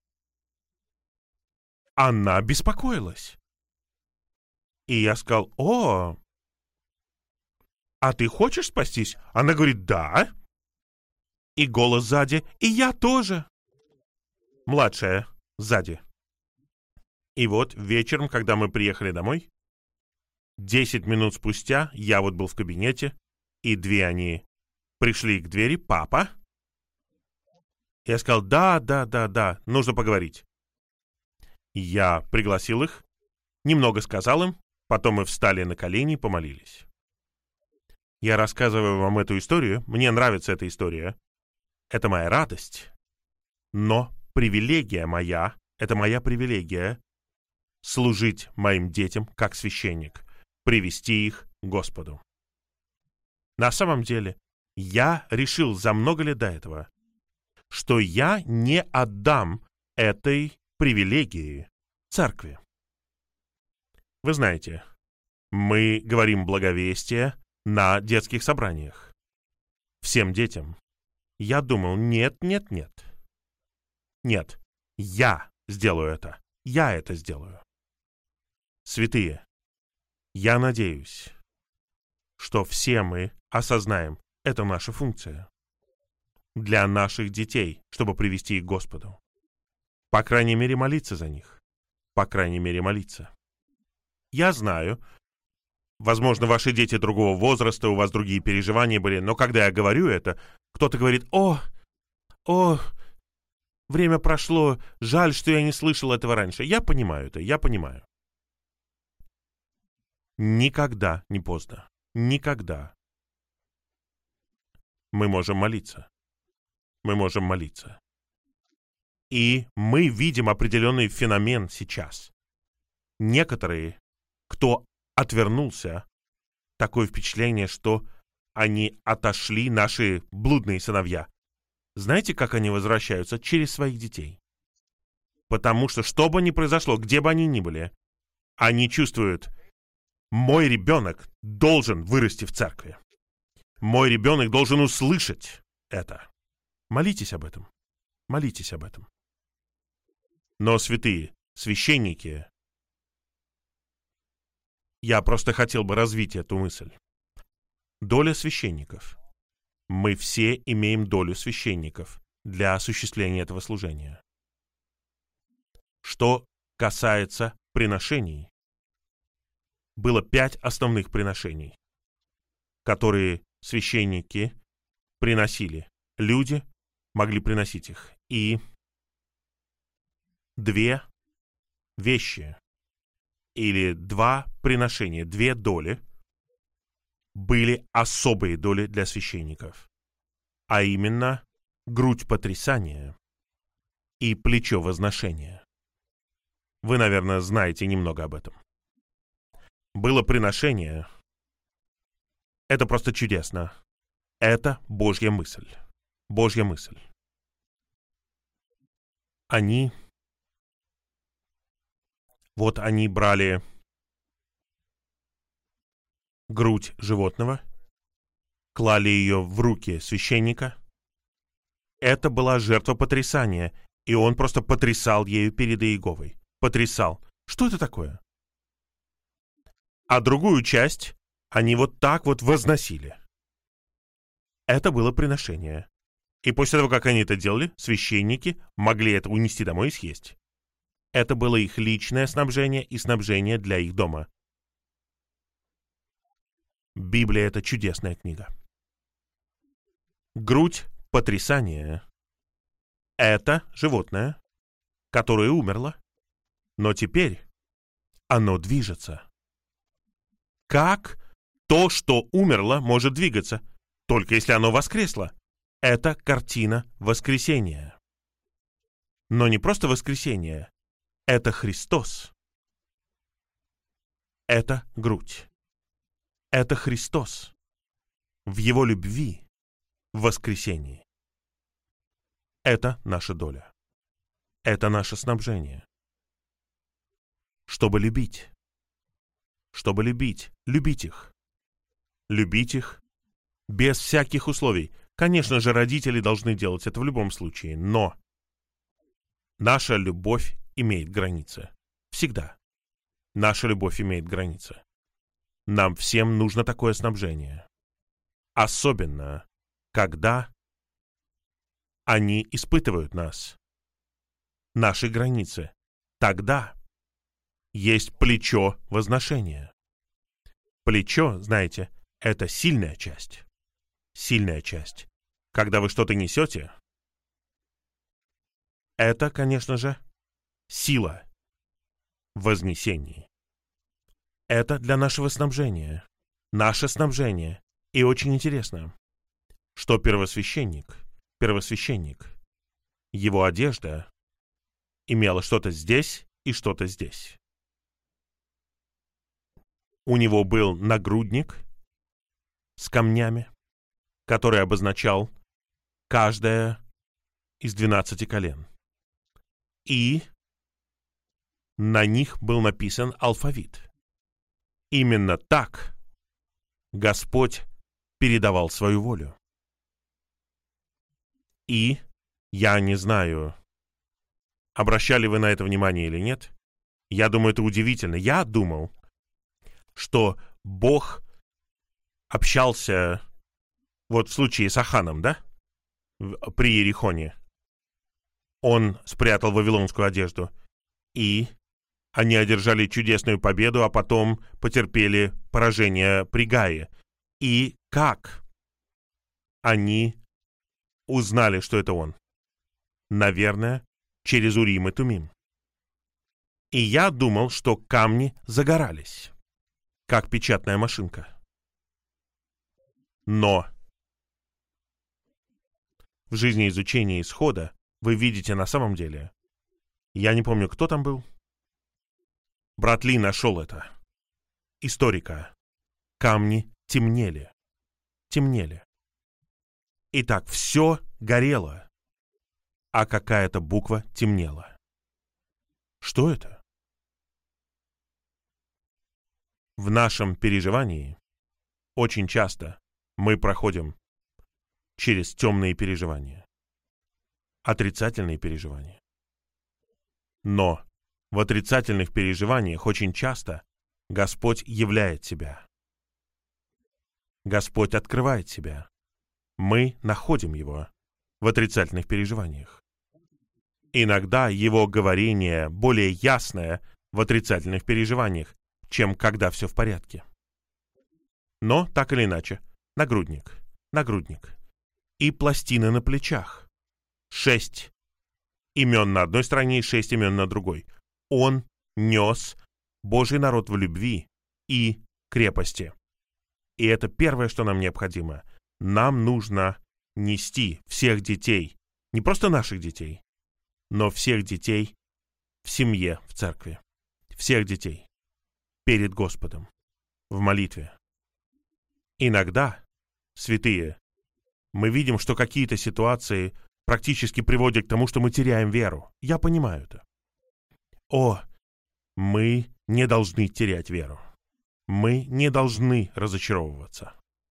Она беспокоилась. И я сказал, о, а ты хочешь спастись? Она говорит, да. И голос сзади, и я тоже. Младшая сзади. И вот вечером, когда мы приехали домой, десять минут спустя я вот был в кабинете, и две они пришли к двери. Папа? Я сказал, да, да, да, да, нужно поговорить. Я пригласил их, немного сказал им, потом мы встали на колени и помолились. Я рассказываю вам эту историю, мне нравится эта история. Это моя радость, но привилегия моя, это моя привилегия служить моим детям как священник, привести их к Господу. На самом деле, я решил за много лет до этого, что я не отдам этой привилегии церкви. Вы знаете, мы говорим благовестие на детских собраниях. Всем детям. Я думал, нет, нет, нет. Нет, я сделаю это. Я это сделаю. Святые, я надеюсь, что все мы осознаем, это наша функция. Для наших детей, чтобы привести их к Господу. По крайней мере, молиться за них. По крайней мере, молиться. Я знаю, возможно, ваши дети другого возраста, у вас другие переживания были, но когда я говорю это, кто-то говорит, о, о, время прошло, жаль, что я не слышал этого раньше. Я понимаю это, я понимаю. Никогда не поздно. Никогда. Мы можем молиться. Мы можем молиться. И мы видим определенный феномен сейчас. Некоторые, кто отвернулся, такое впечатление, что они отошли, наши блудные сыновья. Знаете, как они возвращаются? Через своих детей. Потому что, что бы ни произошло, где бы они ни были, они чувствуют, мой ребенок должен вырасти в церкви. Мой ребенок должен услышать это. Молитесь об этом. Молитесь об этом. Но, святые, священники, я просто хотел бы развить эту мысль. Доля священников. Мы все имеем долю священников для осуществления этого служения. Что касается приношений, было пять основных приношений, которые священники приносили. Люди могли приносить их. И две вещи или два приношения, две доли были особые доли для священников, а именно грудь потрясания и плечо возношения. Вы, наверное, знаете немного об этом. Было приношение. Это просто чудесно. Это Божья мысль. Божья мысль. Они, вот они брали грудь животного, клали ее в руки священника. Это была жертва потрясания, и он просто потрясал ею перед Иеговой. Потрясал. Что это такое? А другую часть они вот так вот возносили. Это было приношение. И после того, как они это делали, священники могли это унести домой и съесть. Это было их личное снабжение и снабжение для их дома. Библия — это чудесная книга. Грудь потрясания — это животное, которое умерло, но теперь оно движется. Как то, что умерло, может двигаться? Только если оно воскресло. Это картина воскресения. Но не просто воскресение. Это Христос. Это грудь. Это Христос. В Его любви, в воскресении. Это наша доля. Это наше снабжение. Чтобы любить. Чтобы любить. Любить их. Любить их без всяких условий. Конечно же, родители должны делать это в любом случае, но наша любовь имеет границы. Всегда. Наша любовь имеет границы. Нам всем нужно такое снабжение. особенно когда они испытывают нас, наши границы. Тогда есть плечо возношения. Плечо, знаете, это сильная часть. Сильная часть. Когда вы что-то несете, это, конечно же, сила в вознесении. Это для нашего снабжения. Наше снабжение. И очень интересно, что первосвященник, первосвященник, его одежда имела что-то здесь и что-то здесь. У него был нагрудник с камнями, который обозначал каждое из двенадцати колен. И на них был написан алфавит. Именно так Господь передавал свою волю. И я не знаю, обращали вы на это внимание или нет. Я думаю, это удивительно. Я думал, что Бог общался, вот в случае с Аханом, да, при Иерихоне. Он спрятал вавилонскую одежду, и они одержали чудесную победу, а потом потерпели поражение при Гае. И как они узнали, что это он? Наверное, через Урим и Тумим. И я думал, что камни загорались, как печатная машинка. Но в жизни изучения Исхода вы видите на самом деле, я не помню, кто там был, брат Ли нашел это, историка, камни темнели, темнели. Итак, все горело, а какая-то буква темнела. Что это? В нашем переживании очень часто мы проходим через темные переживания, отрицательные переживания. Но в отрицательных переживаниях очень часто Господь являет себя. Господь открывает себя. Мы находим Его в отрицательных переживаниях. Иногда Его говорение более ясное в отрицательных переживаниях, чем когда все в порядке. Но, так или иначе, нагрудник, нагрудник и пластины на плечах. Шесть имен на одной стороне и шесть имен на другой. Он нес Божий народ в любви и крепости. И это первое, что нам необходимо. Нам нужно нести всех детей, не просто наших детей, но всех детей в семье, в церкви. Всех детей перед Господом в молитве. Иногда, святые, мы видим, что какие-то ситуации практически приводят к тому, что мы теряем веру. Я понимаю это. О, мы не должны терять веру. Мы не должны разочаровываться.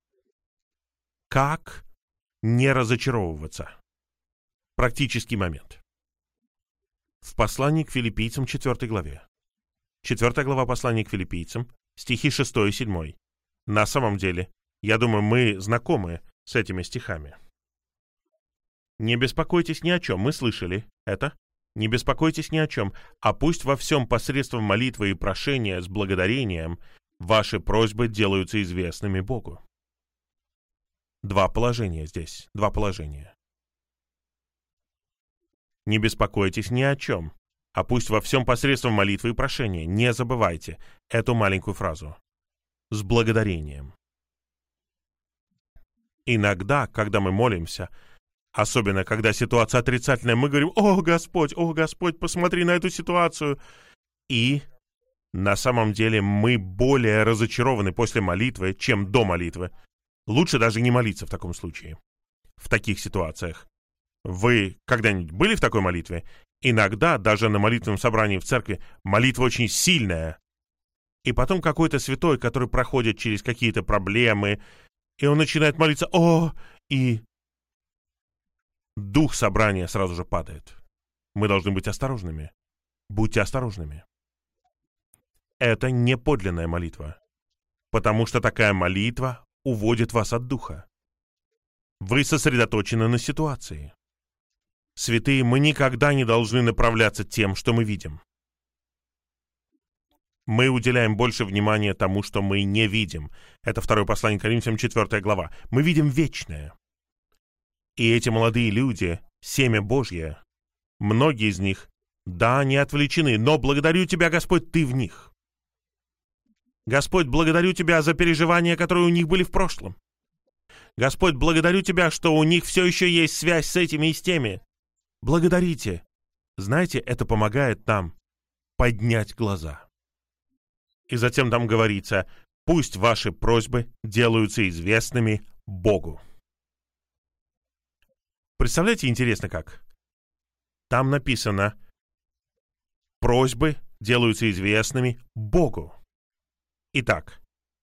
Как не разочаровываться? Практический момент. В послании к филиппийцам четвёртой главе. четвёртая глава послания к филиппийцам, стихи шестой и седьмой. На самом деле, я думаю, мы знакомы с этими стихами. «Не беспокойтесь ни о чем», мы слышали это. «Не беспокойтесь ни о чем, а пусть во всем посредством молитвы и прошения с благодарением ваши просьбы делаются известными Богу». Два положения здесь, два положения. «Не беспокойтесь ни о чем, а пусть во всем посредством молитвы и прошения». Не забывайте эту маленькую фразу. С благодарением. Иногда, когда мы молимся, особенно когда ситуация отрицательная, мы говорим: «О, Господь, о, Господь, посмотри на эту ситуацию». И на самом деле мы более разочарованы после молитвы, чем до молитвы. Лучше даже не молиться в таком случае, в таких ситуациях. Вы когда-нибудь были в такой молитве? Иногда, даже на молитвенном собрании в церкви, молитва очень сильная. И потом какой-то святой, который проходит через какие-то проблемы, и он начинает молиться: «О!» И дух собрания сразу же падает. Мы должны быть осторожными. Будьте осторожными. Это не подлинная молитва, потому что такая молитва уводит вас от духа. Вы сосредоточены на ситуации. Святые, мы никогда не должны направляться тем, что мы видим. Мы уделяем больше внимания тому, что мы не видим. Это второе послание Коринфянам, четвёртая глава. Мы видим вечное. И эти молодые люди, семя Божье, многие из них, да, они отвлечены, но благодарю Тебя, Господь, Ты в них. Господь, благодарю Тебя за переживания, которые у них были в прошлом. Господь, благодарю Тебя, что у них все еще есть связь с этими и с теми. Благодарите. Знаете, это помогает нам поднять глаза. И затем там говорится, пусть ваши просьбы делаются известными Богу. Представляете, интересно как? Там написано, просьбы делаются известными Богу. Итак,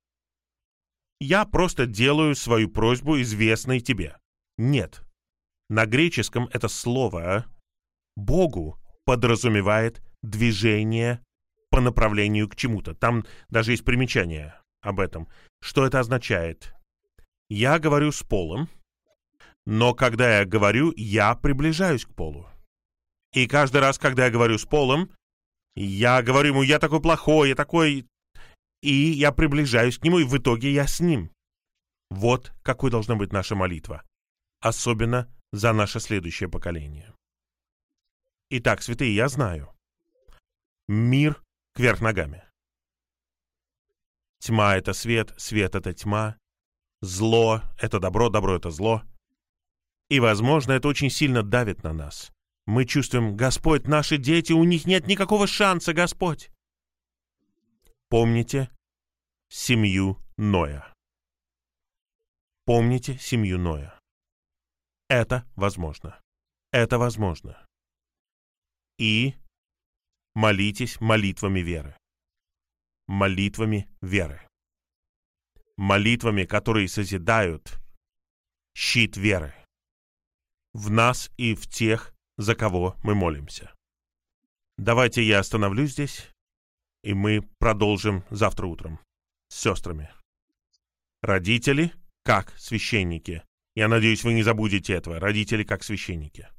я просто делаю свою просьбу известной тебе. Нет. На греческом это слово «Богу» подразумевает движение по направлению к чему-то. Там даже есть примечание об этом. Что это означает? Я говорю с полом, но когда я говорю, я приближаюсь к полу. И каждый раз, когда я говорю с полом, я говорю ему, я такой плохой, я такой... И я приближаюсь к нему, и в итоге я с ним. Вот какой должна быть наша молитва. Особенно за наше следующее поколение. Итак, святые, я знаю. Мир кверх ногами. Тьма — это свет, свет — это тьма. Зло — это добро, добро — это зло. И, возможно, это очень сильно давит на нас. Мы чувствуем, Господь, наши дети, у них нет никакого шанса, Господь. Помните семью Ноя. Помните семью Ноя. Это возможно. Это возможно. И молитесь молитвами веры. Молитвами веры. Молитвами, которые созидают щит веры в нас и в тех, за кого мы молимся. Давайте я остановлюсь здесь, и мы продолжим завтра утром с сестрами. Родители, как священники. Я надеюсь, вы не забудете этого. Родители, как священники.